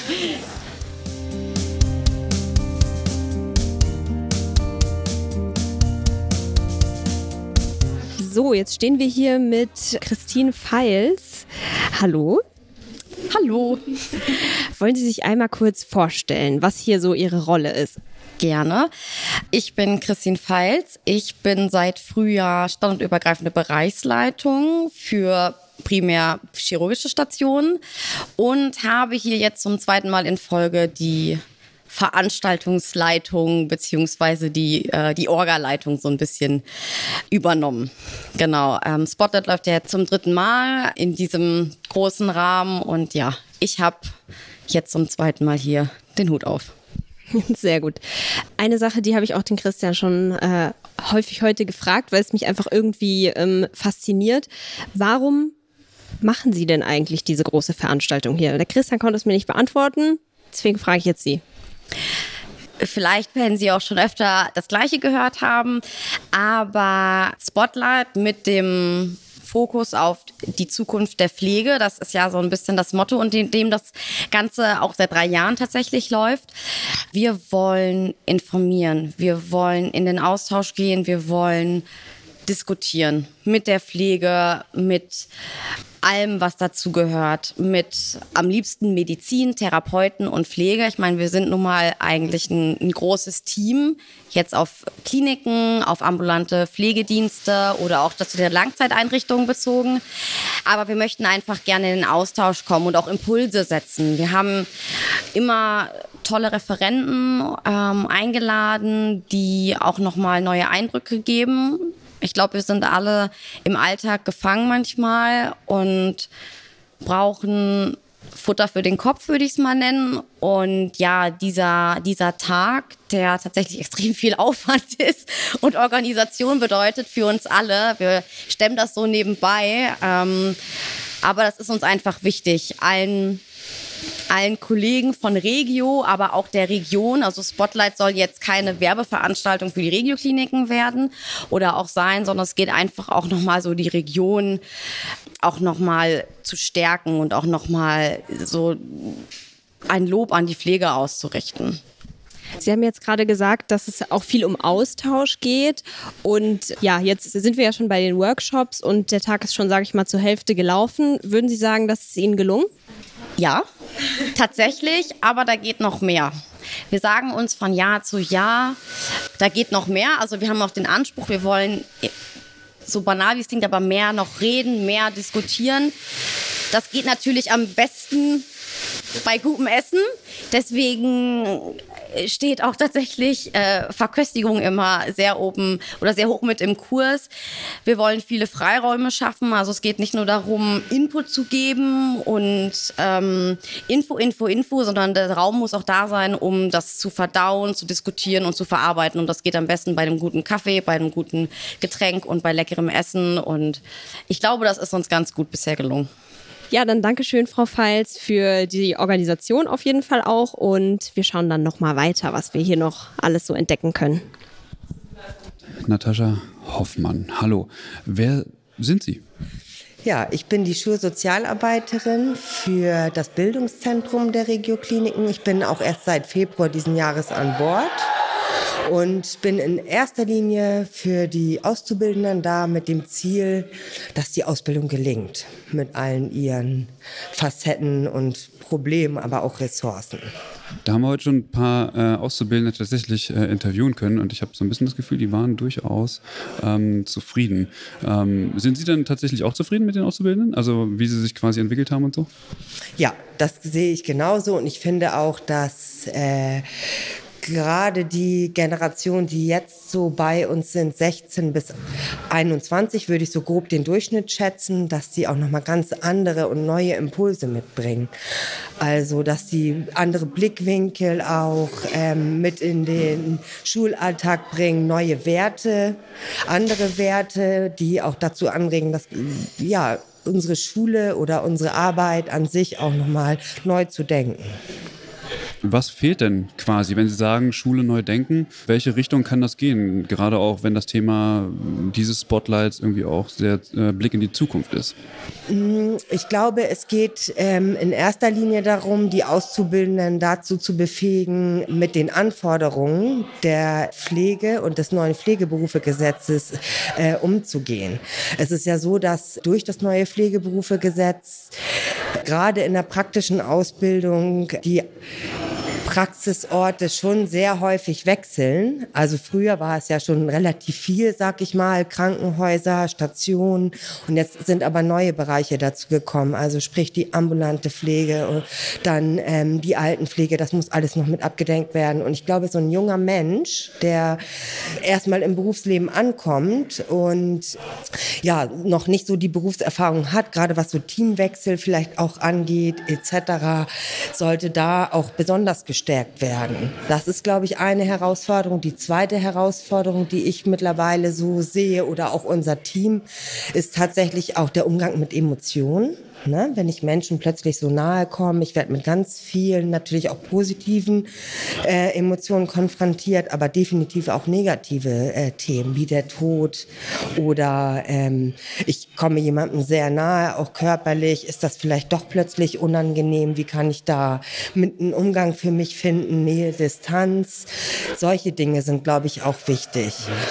So, jetzt stehen wir hier mit Christine Feils. Hallo. Hallo. Wollen Sie sich einmal kurz vorstellen, was hier so Ihre Rolle ist? Gerne. Ich bin Christine Feils. Ich bin seit Frühjahr standortübergreifende Bereichsleitung für primär chirurgische Stationen und habe hier jetzt zum zweiten Mal in Folge die Veranstaltungsleitung beziehungsweise die, äh, die Orga-Leitung so ein bisschen übernommen. Genau, ähm, Spotlight läuft ja jetzt zum dritten Mal in diesem großen Rahmen und ja, ich habe jetzt zum zweiten Mal hier den Hut auf. Sehr gut. Eine Sache, die habe ich auch den Christian schon äh, häufig heute gefragt, weil es mich einfach irgendwie ähm, fasziniert. Warum machen Sie denn eigentlich diese große Veranstaltung hier? Der Christian konnte es mir nicht beantworten, deswegen frage ich jetzt Sie. Vielleicht werden Sie auch schon öfter das Gleiche gehört haben, aber Spotlight mit dem Fokus auf die Zukunft der Pflege, das ist ja so ein bisschen das Motto, unter dem das Ganze auch seit drei Jahren tatsächlich läuft. Wir wollen informieren, wir wollen in den Austausch gehen, wir wollen diskutieren mit der Pflege, mit allem, was dazu gehört, mit am liebsten Medizin, Therapeuten und Pflege. Ich meine, wir sind nun mal eigentlich ein, ein großes Team, jetzt auf Kliniken, auf ambulante Pflegedienste oder auch zu der Langzeiteinrichtungen bezogen. Aber wir möchten einfach gerne in den Austausch kommen und auch Impulse setzen. Wir haben immer tolle Referenten ähm, eingeladen, die auch nochmal neue Eindrücke geben. Ich glaube, wir sind alle im Alltag gefangen manchmal und brauchen Futter für den Kopf, würde ich es mal nennen. Und ja, dieser, dieser Tag, der tatsächlich extrem viel Aufwand ist und Organisation bedeutet für uns alle. Wir stemmen das so nebenbei. Ähm, aber das ist uns einfach wichtig, allen allen Kollegen von Regio, aber auch der Region. Also Spotlight soll jetzt keine Werbeveranstaltung für die Regio-Kliniken werden oder auch sein, sondern es geht einfach auch nochmal so die Region auch nochmal zu stärken und auch nochmal so ein Lob an die Pflege auszurichten. Sie haben jetzt gerade gesagt, dass es auch viel um Austausch geht und ja, jetzt sind wir ja schon bei den Workshops und der Tag ist schon, sage ich mal, zur Hälfte gelaufen. Würden Sie sagen, das ist Ihnen gelungen? Ja, tatsächlich, aber da geht noch mehr. Wir sagen uns von Jahr zu Jahr, da geht noch mehr. Also wir haben auch den Anspruch, wir wollen, so banal wie es klingt, aber mehr noch reden, mehr diskutieren. Das geht natürlich am besten bei gutem Essen. Deswegen steht auch tatsächlich äh, Verköstigung immer sehr oben oder sehr hoch mit im Kurs. Wir wollen viele Freiräume schaffen. Also es geht nicht nur darum, Input zu geben und ähm, Info, Info, Info, sondern der Raum muss auch da sein, um das zu verdauen, zu diskutieren und zu verarbeiten. Und das geht am besten bei einem guten Kaffee, bei einem guten Getränk und bei leckerem Essen. Und ich glaube, das ist uns ganz gut bisher gelungen. Ja, dann Dankeschön, Frau Feils, für die Organisation auf jeden Fall auch. Und wir schauen dann nochmal weiter, was wir hier noch alles so entdecken können. Natascha Hoffmann, hallo. Wer sind Sie? Ja, ich bin die Schulsozialarbeiterin für das Bildungszentrum der Regio-Kliniken. Ich bin auch erst seit Februar diesen Jahres an Bord und bin in erster Linie für die Auszubildenden da mit dem Ziel, dass die Ausbildung gelingt mit allen ihren Facetten und Problemen, aber auch Ressourcen. Da haben wir heute schon ein paar äh, Auszubildende tatsächlich äh, interviewen können und ich habe so ein bisschen das Gefühl, die waren durchaus ähm, zufrieden. Ähm, sind Sie dann tatsächlich auch zufrieden mit den Auszubildenden? Also wie sie sich quasi entwickelt haben und so? Ja, das sehe ich genauso und ich finde auch, dass äh, gerade die Generation, die jetzt so bei uns sind, sechzehn bis einundzwanzig, würde ich so grob den Durchschnitt schätzen, dass die auch nochmal ganz andere und neue Impulse mitbringen. Also, dass sie andere Blickwinkel auch ähm, mit in den Schulalltag bringen, neue Werte, andere Werte, die auch dazu anregen, dass, ja, unsere Schule oder unsere Arbeit an sich auch nochmal neu zu denken. Was fehlt denn quasi, wenn Sie sagen, Schule neu denken? Welche Richtung kann das gehen? Gerade auch, wenn das Thema dieses Spotlights irgendwie auch sehr äh, Blick in die Zukunft ist. Ich glaube, es geht ähm, in erster Linie darum, die Auszubildenden dazu zu befähigen, mit den Anforderungen der Pflege und des neuen Pflegeberufegesetzes äh, umzugehen. Es ist ja so, dass durch das neue Pflegeberufegesetz gerade in der praktischen Ausbildung die Praxisorte schon sehr häufig wechseln. Also früher war es ja schon relativ viel, sag ich mal, Krankenhäuser, Stationen, und jetzt sind aber neue Bereiche dazu gekommen. Also sprich die ambulante Pflege und dann ähm, die Altenpflege, das muss alles noch mit abgedenkt werden. Und ich glaube, so ein junger Mensch, der erstmal im Berufsleben ankommt und ja noch nicht so die Berufserfahrung hat, gerade was so Teamwechsel vielleicht auch angeht et cetera, sollte da auch besonders gestärkt werden. Das ist, glaube ich, eine Herausforderung. Die zweite Herausforderung, die ich mittlerweile so sehe oder auch unser Team, ist tatsächlich auch der Umgang mit Emotionen. Ne? Wenn ich Menschen plötzlich so nahe komme, ich werde mit ganz vielen, natürlich auch positiven äh, Emotionen konfrontiert, aber definitiv auch negative äh, Themen wie der Tod oder ähm, ich komme jemandem sehr nahe, auch körperlich, ist das vielleicht doch plötzlich unangenehm, wie kann ich da mit einem Umgang für mich finden, Nähe, Distanz, solche Dinge sind, glaube ich, auch wichtig.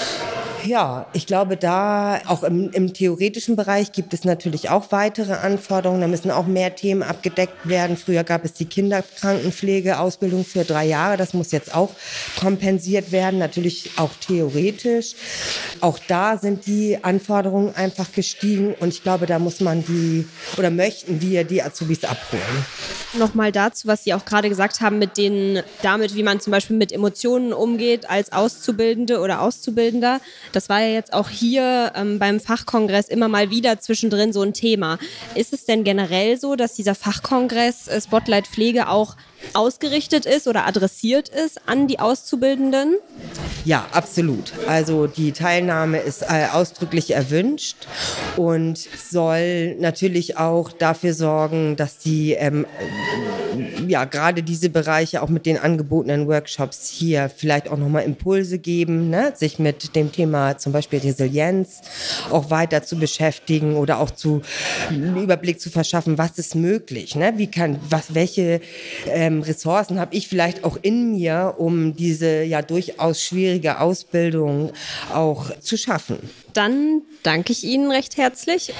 Ja, ich glaube, da auch im, im theoretischen Bereich gibt es natürlich auch weitere Anforderungen. Da müssen auch mehr Themen abgedeckt werden. Früher gab es die Kinderkrankenpflegeausbildung für drei Jahre. Das muss jetzt auch kompensiert werden, natürlich auch theoretisch. Auch da sind die Anforderungen einfach gestiegen. Und ich glaube, da muss man die, oder möchten wir die Azubis abholen. Nochmal dazu, was Sie auch gerade gesagt haben, mit den, damit, wie man zum Beispiel mit Emotionen umgeht als Auszubildende oder Auszubildender. Das war ja jetzt auch hier ähm, beim Fachkongress immer mal wieder zwischendrin so ein Thema. Ist es denn generell so, dass dieser Fachkongress äh, Spotlight Pflege auch ausgerichtet ist oder adressiert ist an die Auszubildenden? Ja, absolut. Also die Teilnahme ist äh, ausdrücklich erwünscht und soll natürlich auch dafür sorgen, dass die ähm, ja gerade diese Bereiche auch mit den angebotenen Workshops hier vielleicht auch nochmal Impulse geben, ne? Sich mit dem Thema zum Beispiel Resilienz auch weiter zu beschäftigen oder auch zu einen Überblick zu verschaffen, was ist möglich, ne? Wie kann, was, welche ähm, Ressourcen habe ich vielleicht auch in mir, um diese ja durchaus schwierige Ausbildung auch zu schaffen. Dann danke ich Ihnen recht herzlich.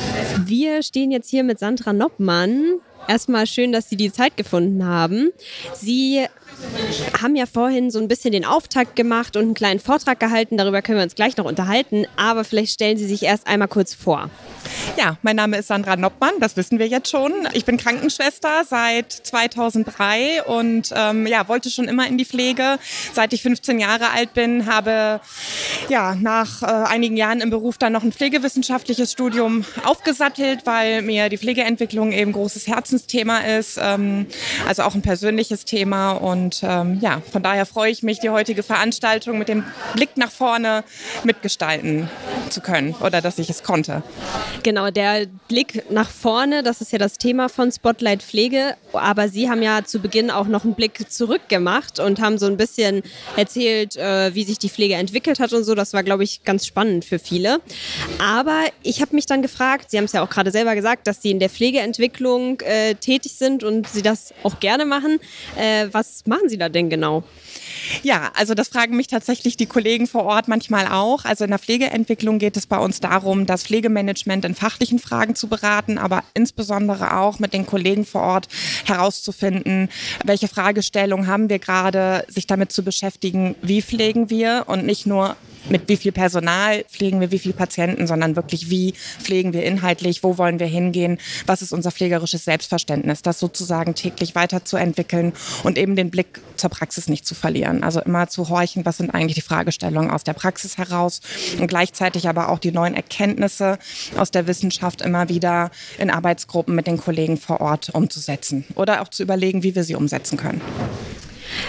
Wir stehen jetzt hier mit Sandra Noppmann. Erstmal schön, dass Sie die Zeit gefunden haben. Sie haben ja vorhin so ein bisschen den Auftakt gemacht und einen kleinen Vortrag gehalten. Darüber können wir uns gleich noch unterhalten. Aber vielleicht stellen Sie sich erst einmal kurz vor. Ja, mein Name ist Sandra Noppmann, das wissen wir jetzt schon. Ich bin Krankenschwester seit zweitausenddrei und ähm, ja, wollte schon immer in die Pflege. Seit ich fünfzehn Jahre alt bin, habe ja, nach äh, einigen Jahren im Beruf dann noch ein pflegewissenschaftliches Studium aufgesattelt, weil mir die Pflegeentwicklung eben großes Herzensthema ist, ähm, also auch ein persönliches Thema. Und ähm, ja, von daher freue ich mich, die heutige Veranstaltung mit dem Blick nach vorne mitgestalten zu können oder dass ich es konnte. Genau, der Blick nach vorne, das ist ja das Thema von Spotlight Pflege, aber Sie haben ja zu Beginn auch noch einen Blick zurück gemacht und haben so ein bisschen erzählt, äh, wie sich die Pflege entwickelt hat und so. Das war, glaube ich, ganz spannend für viele. Aber ich habe mich dann gefragt, Sie haben es ja auch gerade selber gesagt, dass Sie in der Pflegeentwicklung äh, tätig sind und Sie das auch gerne machen. Äh, was machen Sie da denn genau? Ja, also das fragen mich tatsächlich die Kollegen vor Ort manchmal auch. Also in der Pflegeentwicklung geht es bei uns darum, das Pflegemanagement in fachlichen Fragen zu beraten, aber insbesondere auch mit den Kollegen vor Ort herauszufinden, welche Fragestellungen haben wir gerade, sich damit zu beschäftigen, wie pflegen wir und nicht nur mit wie viel Personal pflegen wir wie viele Patienten, sondern wirklich wie pflegen wir inhaltlich, wo wollen wir hingehen, was ist unser pflegerisches Selbstverständnis, das sozusagen täglich weiterzuentwickeln und eben den Blick zur Praxis nicht zu verlieren. Also immer zu horchen, was sind eigentlich die Fragestellungen aus der Praxis heraus und gleichzeitig aber auch die neuen Erkenntnisse aus der Wissenschaft immer wieder in Arbeitsgruppen mit den Kollegen vor Ort umzusetzen oder auch zu überlegen, wie wir sie umsetzen können.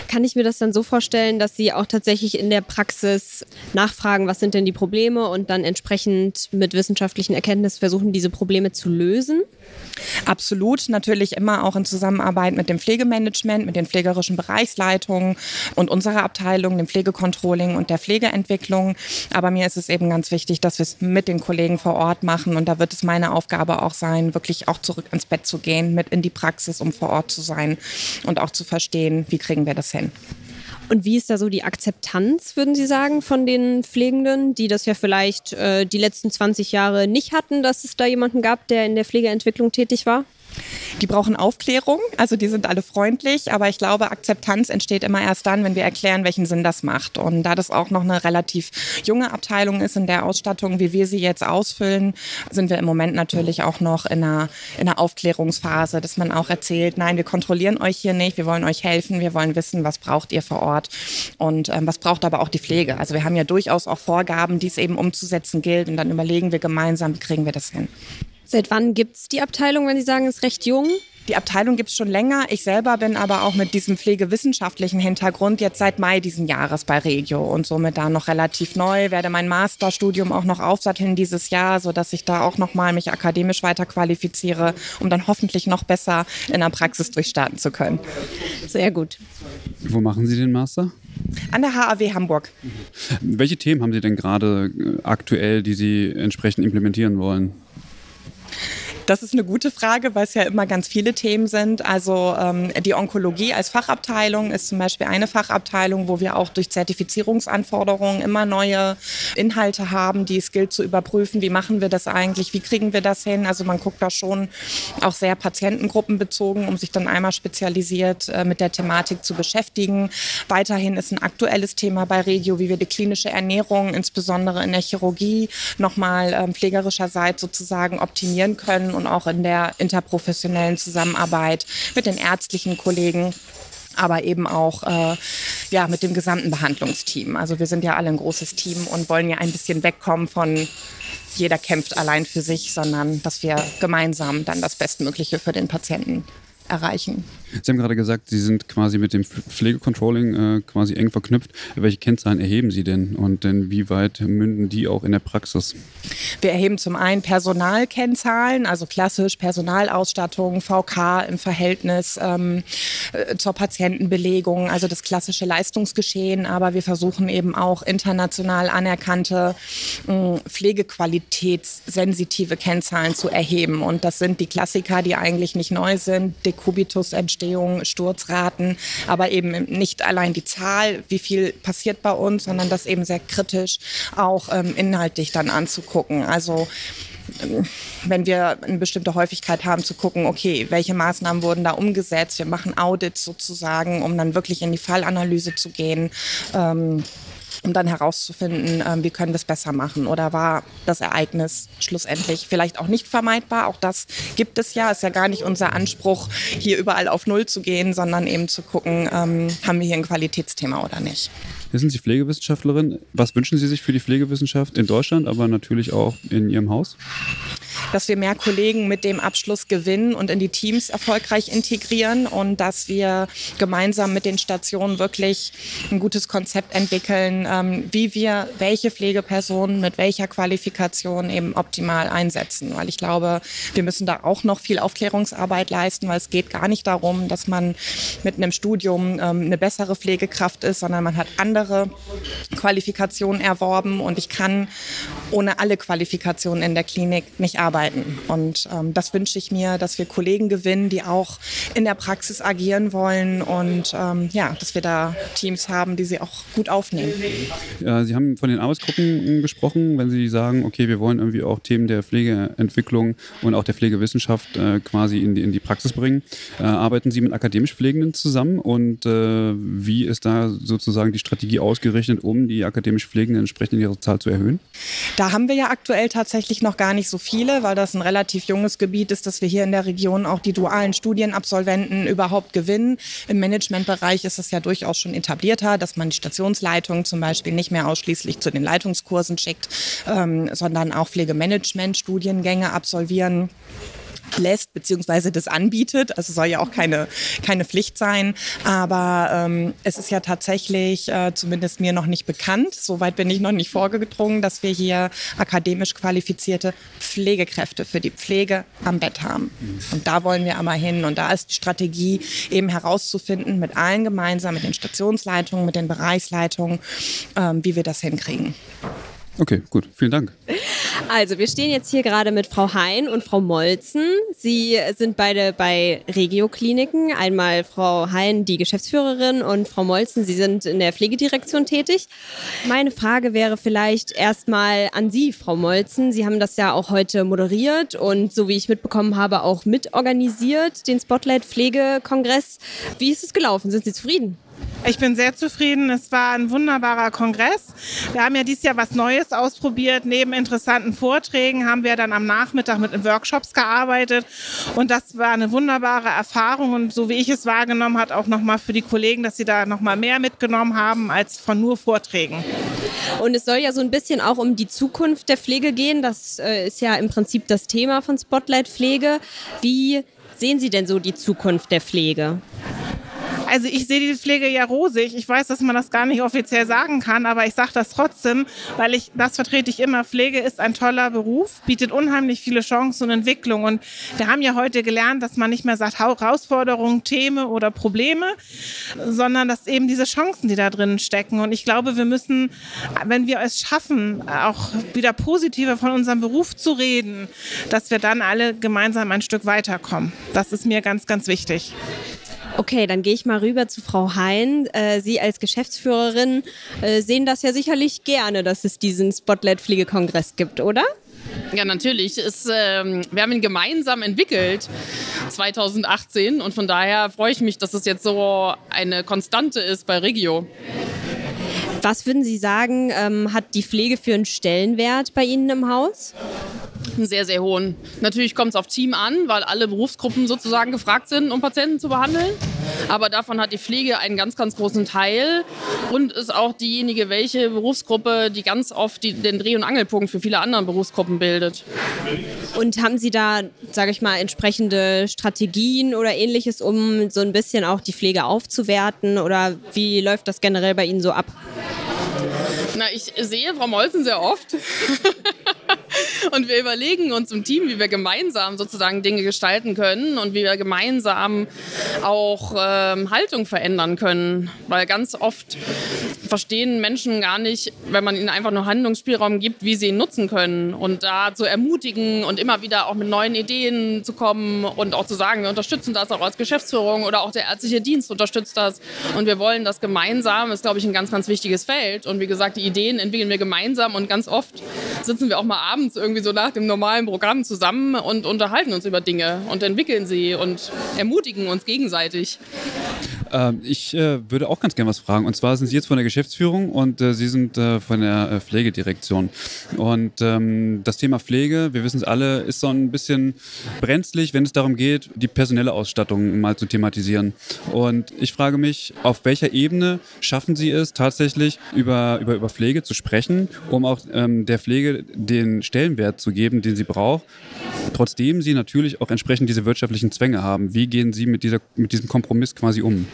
Kann ich mir das dann so vorstellen, dass Sie auch tatsächlich in der Praxis nachfragen, was sind denn die Probleme und dann entsprechend mit wissenschaftlichen Erkenntnissen versuchen, diese Probleme zu lösen? Absolut, natürlich immer auch in Zusammenarbeit mit dem Pflegemanagement, mit den pflegerischen Bereichsleitungen und unserer Abteilung, dem Pflegecontrolling und der Pflegeentwicklung. Aber mir ist es eben ganz wichtig, dass wir es mit den Kollegen vor Ort machen und da wird es meine Aufgabe auch sein, wirklich auch zurück ins Bett zu gehen, mit in die Praxis, um vor Ort zu sein und auch zu verstehen, wie kriegen wir das hin. Und wie ist da so die Akzeptanz, würden Sie sagen, von den Pflegenden, die das ja vielleicht äh, die letzten zwanzig Jahre nicht hatten, dass es da jemanden gab, der in der Pflegeentwicklung tätig war? Die brauchen Aufklärung, also die sind alle freundlich, aber ich glaube, Akzeptanz entsteht immer erst dann, wenn wir erklären, welchen Sinn das macht. Und da das auch noch eine relativ junge Abteilung ist in der Ausstattung, wie wir sie jetzt ausfüllen, sind wir im Moment natürlich auch noch in einer, in einer Aufklärungsphase, dass man auch erzählt, nein, wir kontrollieren euch hier nicht, wir wollen euch helfen, wir wollen wissen, was braucht ihr vor Ort und ähm, was braucht aber auch die Pflege. Also wir haben ja durchaus auch Vorgaben, die es eben umzusetzen gilt und dann überlegen wir gemeinsam, wie kriegen wir das hin. Seit wann gibt es die Abteilung, wenn Sie sagen, ist recht jung? Die Abteilung gibt es schon länger. Ich selber bin aber auch mit diesem pflegewissenschaftlichen Hintergrund jetzt seit Mai diesen Jahres bei Regio und somit da noch relativ neu. Werde mein Masterstudium auch noch aufsatteln dieses Jahr, sodass ich da auch noch mal mich akademisch weiter qualifiziere, um dann hoffentlich noch besser in der Praxis durchstarten zu können. Sehr gut. Wo machen Sie den Master? An der H A W Hamburg. Welche Themen haben Sie denn gerade aktuell, die Sie entsprechend implementieren wollen? Das ist eine gute Frage, weil es ja immer ganz viele Themen sind. Also ähm, die Onkologie als Fachabteilung ist zum Beispiel eine Fachabteilung, wo wir auch durch Zertifizierungsanforderungen immer neue Inhalte haben, die es gilt zu überprüfen. Wie machen wir das eigentlich? Wie kriegen wir das hin? Also man guckt da schon auch sehr patientengruppenbezogen, um sich dann einmal spezialisiert äh, mit der Thematik zu beschäftigen. Weiterhin ist ein aktuelles Thema bei Regio, wie wir die klinische Ernährung, insbesondere in der Chirurgie, nochmal ähm, pflegerischerseits sozusagen optimieren können. Und auch in der interprofessionellen Zusammenarbeit mit den ärztlichen Kollegen, aber eben auch äh, ja, mit dem gesamten Behandlungsteam. Also wir sind ja alle ein großes Team und wollen ja ein bisschen wegkommen von jeder kämpft allein für sich, sondern dass wir gemeinsam dann das Bestmögliche für den Patienten erreichen. Sie haben gerade gesagt, Sie sind quasi mit dem Pflegecontrolling äh, quasi eng verknüpft. Welche Kennzahlen erheben Sie denn und inwieweit münden die auch in der Praxis? Wir erheben zum einen Personalkennzahlen, also klassisch Personalausstattung, V K im Verhältnis ähm, äh, zur Patientenbelegung, also das klassische Leistungsgeschehen, aber wir versuchen eben auch international anerkannte äh, pflegequalitätssensitive Kennzahlen zu erheben und das sind die Klassiker, die eigentlich nicht neu sind, Dekubitusentstehung, Sturzraten, aber eben nicht allein die Zahl, wie viel passiert bei uns, sondern das eben sehr kritisch auch ähm, inhaltlich dann anzugucken. Also wenn wir eine bestimmte Häufigkeit haben, zu gucken, okay, welche Maßnahmen wurden da umgesetzt. Wir machen Audits sozusagen, um dann wirklich in die Fallanalyse zu gehen. Ähm, um dann herauszufinden, äh, wie können wir es besser machen oder war das Ereignis schlussendlich vielleicht auch nicht vermeidbar. Auch das gibt es ja, ist ja gar nicht unser Anspruch, hier überall auf Null zu gehen, sondern eben zu gucken, ähm, haben wir hier ein Qualitätsthema oder nicht. Jetzt sind Sie Pflegewissenschaftlerin. Was wünschen Sie sich für die Pflegewissenschaft in Deutschland, aber natürlich auch in Ihrem Haus? Dass wir mehr Kollegen mit dem Abschluss gewinnen und in die Teams erfolgreich integrieren und dass wir gemeinsam mit den Stationen wirklich ein gutes Konzept entwickeln, ähm, wie wir welche Pflegepersonen mit welcher Qualifikation eben optimal einsetzen. Weil ich glaube, wir müssen da auch noch viel Aufklärungsarbeit leisten, weil es geht gar nicht darum, dass man mit einem Studium ähm, eine bessere Pflegekraft ist, sondern man hat andere Qualifikationen erworben und ich kann ohne alle Qualifikationen in der Klinik nicht arbeiten. Und ähm, das wünsche ich mir, dass wir Kollegen gewinnen, die auch in der Praxis agieren wollen und ähm, ja, dass wir da Teams haben, die sie auch gut aufnehmen. Ja, Sie haben von den Arbeitsgruppen gesprochen, wenn Sie sagen, okay, wir wollen irgendwie auch Themen der Pflegeentwicklung und auch der Pflegewissenschaft äh, quasi in die, in die Praxis bringen. Äh, arbeiten Sie mit akademisch Pflegenden zusammen und äh, wie ist da sozusagen die Strategie ausgerichtet, um die akademisch Pflegenden entsprechend in ihrer Zahl zu erhöhen? Da haben wir ja aktuell tatsächlich noch gar nicht so viele, weil das ein relativ junges Gebiet ist, dass wir hier in der Region auch die dualen Studienabsolventen überhaupt gewinnen. Im Managementbereich ist es ja durchaus schon etablierter, dass man die Stationsleitung zum Beispiel nicht mehr ausschließlich zu den Leitungskursen schickt, ähm, sondern auch Pflegemanagement-Studiengänge absolvieren. lässt beziehungsweise das anbietet. Also soll ja auch keine, keine Pflicht sein. Aber ähm, es ist ja tatsächlich äh, zumindest mir noch nicht bekannt, soweit bin ich noch nicht vorgedrungen, dass wir hier akademisch qualifizierte Pflegekräfte für die Pflege am Bett haben. Und da wollen wir aber hin. Und da ist die Strategie eben herauszufinden, mit allen gemeinsam, mit den Stationsleitungen, mit den Bereichsleitungen, ähm, wie wir das hinkriegen. Okay, gut. Vielen Dank. Also, wir stehen jetzt hier gerade mit Frau Hein und Frau Molzen. Sie sind beide bei Regio-Kliniken. Einmal Frau Hein, die Geschäftsführerin, und Frau Molzen, Sie sind in der Pflegedirektion tätig. Meine Frage wäre vielleicht erstmal an Sie, Frau Molzen. Sie haben das ja auch heute moderiert und, so wie ich mitbekommen habe, auch mitorganisiert, den Spotlight-Pflegekongress. Wie ist es gelaufen? Sind Sie zufrieden? Ich bin sehr zufrieden. Es war ein wunderbarer Kongress. Wir haben ja dieses Jahr was Neues ausprobiert. Neben interessanten Vorträgen haben wir dann am Nachmittag mit Workshops gearbeitet. Und das war eine wunderbare Erfahrung. Und so wie ich es wahrgenommen habe, auch nochmal für die Kollegen, dass sie da nochmal mehr mitgenommen haben als von nur Vorträgen. Und es soll ja so ein bisschen auch um die Zukunft der Pflege gehen. Das äh, ist ja im Prinzip das Thema von Spotlight Pflege. Wie sehen Sie denn so die Zukunft der Pflege? Also ich sehe die Pflege ja rosig. Ich weiß, dass man das gar nicht offiziell sagen kann, aber ich sage das trotzdem, weil ich, das vertrete ich immer. Pflege ist ein toller Beruf, bietet unheimlich viele Chancen und Entwicklung. Und wir haben ja heute gelernt, dass man nicht mehr sagt Herausforderungen, Themen oder Probleme, sondern dass eben diese Chancen, die da drin stecken. Und ich glaube, wir müssen, wenn wir es schaffen, auch wieder positiver von unserem Beruf zu reden, dass wir dann alle gemeinsam ein Stück weiterkommen. Das ist mir ganz, ganz wichtig. Okay, dann gehe ich mal rüber zu Frau Hein. Äh, Sie als Geschäftsführerin äh, sehen das ja sicherlich gerne, dass es diesen Spotlight-Pflegekongress gibt, oder? Ja, natürlich. Es, ähm, wir haben ihn gemeinsam entwickelt, zwanzig achtzehn. Und von daher freue ich mich, dass es jetzt so eine Konstante ist bei Regio. Was würden Sie sagen, ähm, hat die Pflege für einen Stellenwert bei Ihnen im Haus? Einen sehr, sehr hohen. Natürlich kommt es auf Team an, weil alle Berufsgruppen sozusagen gefragt sind, um Patienten zu behandeln. Aber davon hat die Pflege einen ganz, ganz großen Teil und ist auch diejenige, welche Berufsgruppe, die ganz oft die, den Dreh- und Angelpunkt für viele andere Berufsgruppen bildet. Und haben Sie da, sage ich mal, entsprechende Strategien oder Ähnliches, um so ein bisschen auch die Pflege aufzuwerten? Oder wie läuft das generell bei Ihnen so ab? Na, ich sehe Frau Molzen sehr oft. Und wir überlegen uns im Team, wie wir gemeinsam sozusagen Dinge gestalten können und wie wir gemeinsam auch ähm, Haltung verändern können. Weil ganz oft verstehen Menschen gar nicht, wenn man ihnen einfach nur Handlungsspielraum gibt, wie sie ihn nutzen können. Und da zu ermutigen und immer wieder auch mit neuen Ideen zu kommen und auch zu sagen, wir unterstützen das auch als Geschäftsführung oder auch der ärztliche Dienst unterstützt das. Und wir wollen das gemeinsam, ist, glaube ich, ein ganz, ganz wichtiges Feld. Und wie gesagt, die Ideen entwickeln wir gemeinsam und ganz oft sitzen wir auch mal abends irgendwie so nach dem normalen Programm zusammen und unterhalten uns über Dinge und entwickeln sie und ermutigen uns gegenseitig. Ähm, ich äh, würde auch ganz gerne was fragen. Und zwar sind Sie jetzt von der Geschäftsführung und äh, Sie sind äh, von der äh, Pflegedirektion. Und ähm, das Thema Pflege, wir wissen es alle, ist so ein bisschen brenzlig, wenn es darum geht, die personelle Ausstattung mal zu thematisieren. Und ich frage mich, auf welcher Ebene schaffen Sie es tatsächlich, über, über, über Pflege zu sprechen, um auch ähm, der Pflege den Stellenwert zu geben, den sie braucht, trotzdem Sie natürlich auch entsprechend diese wirtschaftlichen Zwänge haben. Wie gehen Sie mit, dieser, mit diesem Kompromiss quasi um?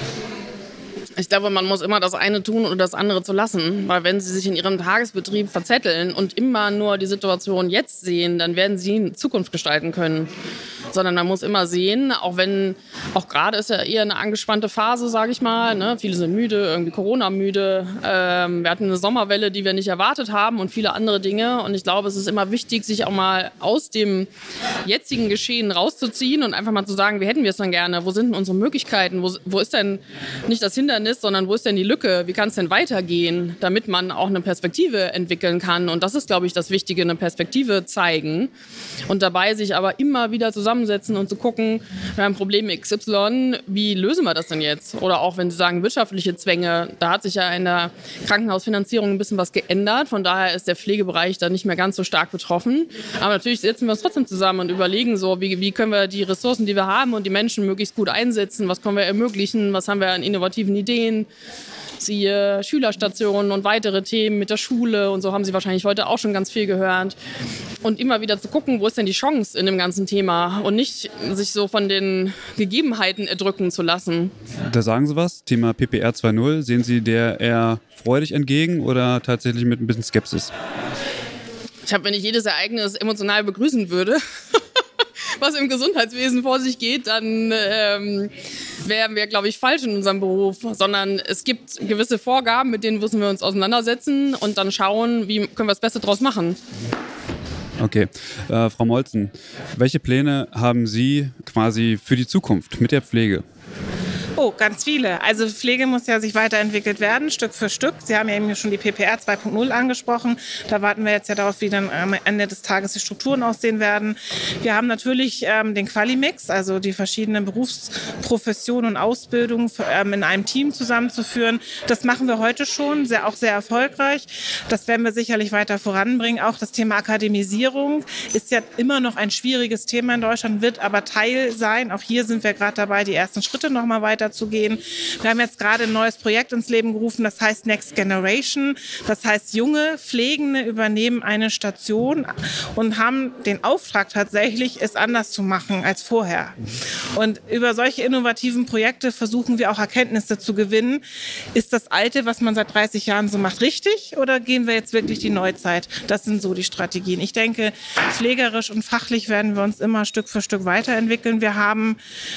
Ich glaube, man muss immer das eine tun oder das andere zu lassen, weil wenn Sie sich in Ihrem Tagesbetrieb verzetteln und immer nur die Situation jetzt sehen, dann werden Sie in Zukunft gestalten können. Sondern man muss immer sehen, auch wenn, auch gerade ist ja eher eine angespannte Phase, sage ich mal. Ne? Viele sind müde, irgendwie Corona-müde. Ähm, wir hatten eine Sommerwelle, die wir nicht erwartet haben und viele andere Dinge. Und ich glaube, es ist immer wichtig, sich auch mal aus dem jetzigen Geschehen rauszuziehen und einfach mal zu sagen, wie hätten wir es dann gerne? Wo sind denn unsere Möglichkeiten? Wo, wo ist denn nicht das Hindernis, sondern wo ist denn die Lücke? Wie kann es denn weitergehen, damit man auch eine Perspektive entwickeln kann? Und das ist, glaube ich, das Wichtige, eine Perspektive zeigen und dabei sich aber immer wieder zusammensetzen und zu gucken, wir haben Problem X Y, wie lösen wir das denn jetzt? Oder auch, wenn Sie sagen, wirtschaftliche Zwänge, da hat sich ja in der Krankenhausfinanzierung ein bisschen was geändert. Von daher ist der Pflegebereich da nicht mehr ganz so stark betroffen. Aber natürlich setzen wir uns trotzdem zusammen und überlegen so, wie, wie können wir die Ressourcen, die wir haben und die Menschen möglichst gut einsetzen? Was können wir ermöglichen? Was haben wir an innovativen Ideen? Siehe Schülerstationen und weitere Themen mit der Schule und so haben Sie wahrscheinlich heute auch schon ganz viel gehört. Und immer wieder zu gucken, wo ist denn die Chance in dem ganzen Thema? und nicht sich so von den Gegebenheiten erdrücken zu lassen. Da sagen Sie was, Thema P P R zwei Punkt null, sehen Sie der eher freudig entgegen oder tatsächlich mit ein bisschen Skepsis? Ich habe, wenn ich jedes Ereignis emotional begrüßen würde, was im Gesundheitswesen vor sich geht, dann ähm, wären wir, glaube ich, falsch in unserem Beruf. Sondern es gibt gewisse Vorgaben, mit denen müssen wir uns auseinandersetzen und dann schauen, wie können wir das Beste draus machen. Okay. Äh, Frau Molzen, welche Pläne haben Sie quasi für die Zukunft mit der Pflege? Oh, ganz viele. Also Pflege muss ja sich weiterentwickelt werden, Stück für Stück. Sie haben ja eben schon die P P R zwei Punkt null angesprochen. Da warten wir jetzt ja darauf, wie dann am Ende des Tages die Strukturen aussehen werden. Wir haben natürlich ähm, den Quali-Mix, also die verschiedenen Berufsprofessionen und Ausbildungen für, ähm, in einem Team zusammenzuführen. Das machen wir heute schon, sehr, auch sehr erfolgreich. Das werden wir sicherlich weiter voranbringen. Auch das Thema Akademisierung ist ja immer noch ein schwieriges Thema in Deutschland, wird aber Teil sein. Auch hier sind wir gerade dabei, die ersten Schritte noch mal weiter zu gehen. Wir haben jetzt gerade ein neues Projekt ins Leben gerufen, das heißt Next Generation. Das heißt, junge Pflegende übernehmen eine Station und haben den Auftrag tatsächlich, es anders zu machen als vorher. Und über solche innovativen Projekte versuchen wir auch Erkenntnisse zu gewinnen. Ist das Alte, was man seit dreißig Jahren so macht, richtig oder gehen wir jetzt wirklich die Neuzeit? Das sind so die Strategien. Ich denke, pflegerisch und fachlich werden wir uns immer Stück für Stück weiterentwickeln. Wir haben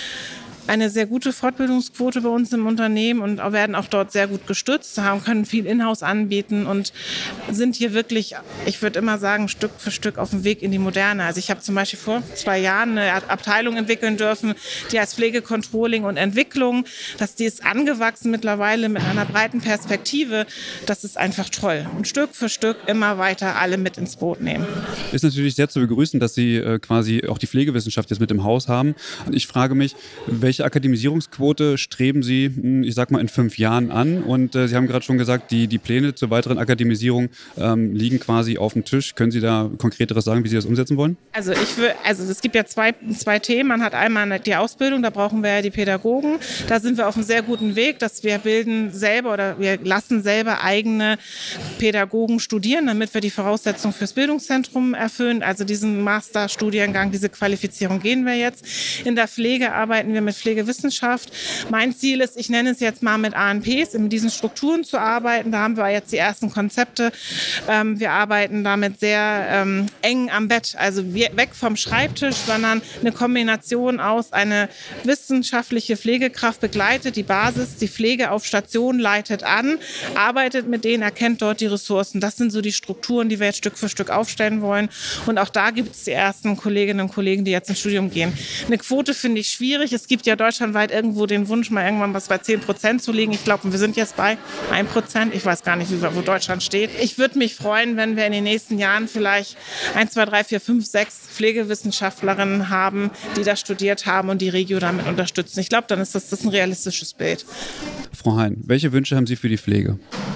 eine sehr gute Fortbildungsquote bei uns im Unternehmen und werden auch dort sehr gut gestützt, haben, können viel Inhouse anbieten und sind hier wirklich, ich würde immer sagen, Stück für Stück auf dem Weg in die Moderne. Also ich habe zum Beispiel vor zwei Jahren eine Abteilung entwickeln dürfen, die heißt Pflegecontrolling und Entwicklung. Dass die ist angewachsen mittlerweile mit einer breiten Perspektive. Das ist einfach toll. Und Stück für Stück immer weiter alle mit ins Boot nehmen. Ist natürlich sehr zu begrüßen, dass Sie äh, quasi auch die Pflegewissenschaft jetzt mit im Haus haben. Und ich frage mich, welche Welche Akademisierungsquote streben Sie, ich sag mal, in fünf Jahren an? Und äh, Sie haben gerade schon gesagt, die, die Pläne zur weiteren Akademisierung ähm, liegen quasi auf dem Tisch. Können Sie da konkreteres sagen, wie Sie das umsetzen wollen? Also ich will, also es gibt ja zwei, zwei Themen. Man hat einmal die Ausbildung, da brauchen wir ja die Pädagogen. Da sind wir auf einem sehr guten Weg, dass wir bilden selber oder wir lassen selber eigene Pädagogen studieren, damit wir die Voraussetzungen fürs Bildungszentrum erfüllen. Also diesen Masterstudiengang, diese Qualifizierung gehen wir jetzt. In der Pflege arbeiten wir mit Pflegewissenschaft. Mein Ziel ist, ich nenne es jetzt mal mit A N Ps, in diesen Strukturen zu arbeiten. Da haben wir jetzt die ersten Konzepte. Ähm, wir arbeiten damit sehr ähm, eng am Bett, also wir, weg vom Schreibtisch, sondern eine Kombination aus, eine wissenschaftliche Pflegekraft begleitet die Basis, die Pflege auf Station leitet an, arbeitet mit denen, erkennt dort die Ressourcen. Das sind so die Strukturen, die wir jetzt Stück für Stück aufstellen wollen. Und auch da gibt es die ersten Kolleginnen und Kollegen, die jetzt ins Studium gehen. Eine Quote finde ich schwierig. Es gibt ja deutschlandweit irgendwo den Wunsch, mal irgendwann was bei zehn Prozent zu liegen. Ich glaube, wir sind jetzt bei ein Prozent. Ich weiß gar nicht, wo Deutschland steht. Ich würde mich freuen, wenn wir in den nächsten Jahren vielleicht eins, zwei, drei, vier, fünf, sechs Pflegewissenschaftlerinnen haben, die das studiert haben und die Regio damit unterstützen. Ich glaube, dann ist das, das ist ein realistisches Bild. Frau Hein, welche Wünsche haben Sie für die Pflege?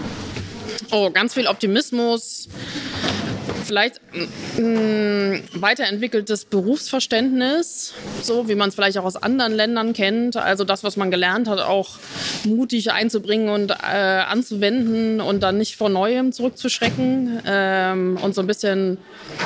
Oh, ganz viel Optimismus. Vielleicht ein weiterentwickeltes Berufsverständnis, so wie man es vielleicht auch aus anderen Ländern kennt. Also das, was man gelernt hat, auch mutig einzubringen und äh, anzuwenden und dann nicht vor Neuem zurückzuschrecken ähm, und so ein bisschen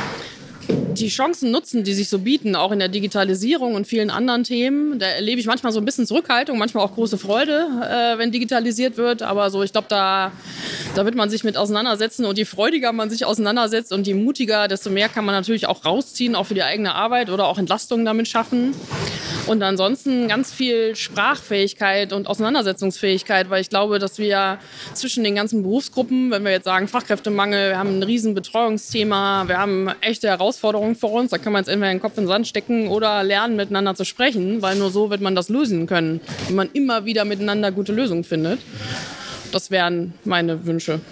die Chancen nutzen, die sich so bieten, auch in der Digitalisierung und vielen anderen Themen. Da erlebe ich manchmal so ein bisschen Zurückhaltung, manchmal auch große Freude, äh, wenn digitalisiert wird. Aber so, ich glaube, da, da wird man sich mit auseinandersetzen. Und je freudiger man sich auseinandersetzt und je mutiger, desto mehr kann man natürlich auch rausziehen, auch für die eigene Arbeit oder auch Entlastungen damit schaffen. Und ansonsten ganz viel Sprachfähigkeit und Auseinandersetzungsfähigkeit, weil ich glaube, dass wir zwischen den ganzen Berufsgruppen, wenn wir jetzt sagen Fachkräftemangel, wir haben ein riesen Betreuungsthema, wir haben echte Herausforderungen vor uns, da kann man jetzt entweder den Kopf in den Sand stecken oder lernen, miteinander zu sprechen, weil nur so wird man das lösen können, wenn man immer wieder miteinander gute Lösungen findet. Das wären meine Wünsche.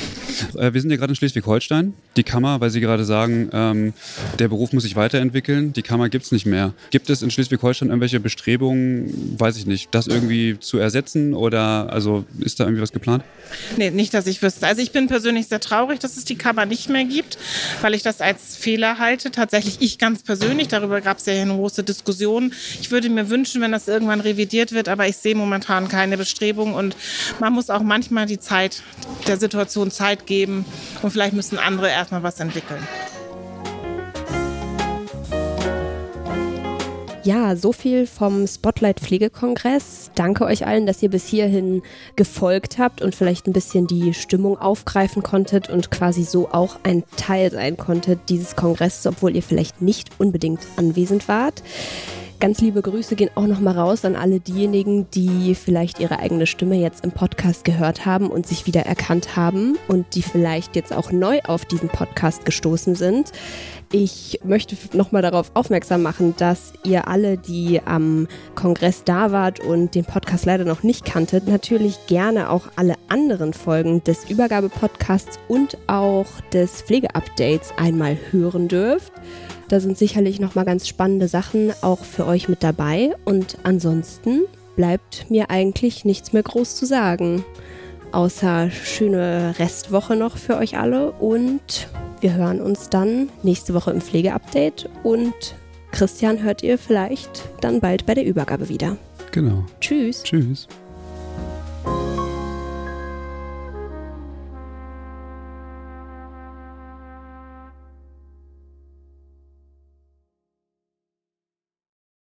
Wir sind ja gerade in Schleswig-Holstein. Die Kammer, weil Sie gerade sagen, ähm, der Beruf muss sich weiterentwickeln. Die Kammer gibt es nicht mehr. Gibt es in Schleswig-Holstein irgendwelche Bestrebungen, weiß ich nicht, das irgendwie zu ersetzen? Oder also ist da irgendwie was geplant? Nee, nicht, dass ich wüsste. Also ich bin persönlich sehr traurig, dass es die Kammer nicht mehr gibt, weil ich das als Fehler halte. Tatsächlich ich ganz persönlich. Darüber gab es ja eine große Diskussion. Ich würde mir wünschen, wenn das irgendwann revidiert wird, aber ich sehe momentan keine Bestrebung. Und man muss auch manchmal die Zeit, der Situation Zeit geben und vielleicht müssen andere erstmal was entwickeln. Ja, so viel vom Spotlight Pflegekongress. Danke euch allen, dass ihr bis hierhin gefolgt habt und vielleicht ein bisschen die Stimmung aufgreifen konntet und quasi so auch ein Teil sein konntet dieses Kongresses, obwohl ihr vielleicht nicht unbedingt anwesend wart. Ganz liebe Grüße gehen auch nochmal raus an alle diejenigen, die vielleicht ihre eigene Stimme jetzt im Podcast gehört haben und sich wieder erkannt haben und die vielleicht jetzt auch neu auf diesen Podcast gestoßen sind. Ich möchte nochmal darauf aufmerksam machen, dass ihr alle, die am Kongress da wart und den Podcast leider noch nicht kanntet, natürlich gerne auch alle anderen Folgen des Übergabe-Podcasts und auch des Pflege-Updates einmal hören dürft. Da sind sicherlich nochmal ganz spannende Sachen auch für euch mit dabei. Und ansonsten bleibt mir eigentlich nichts mehr groß zu sagen. Außer schöne Restwoche noch für euch alle. Und wir hören uns dann nächste Woche im Pflege-Update. Und Christian hört ihr vielleicht dann bald bei der Übergabe wieder. Genau. Tschüss. Tschüss.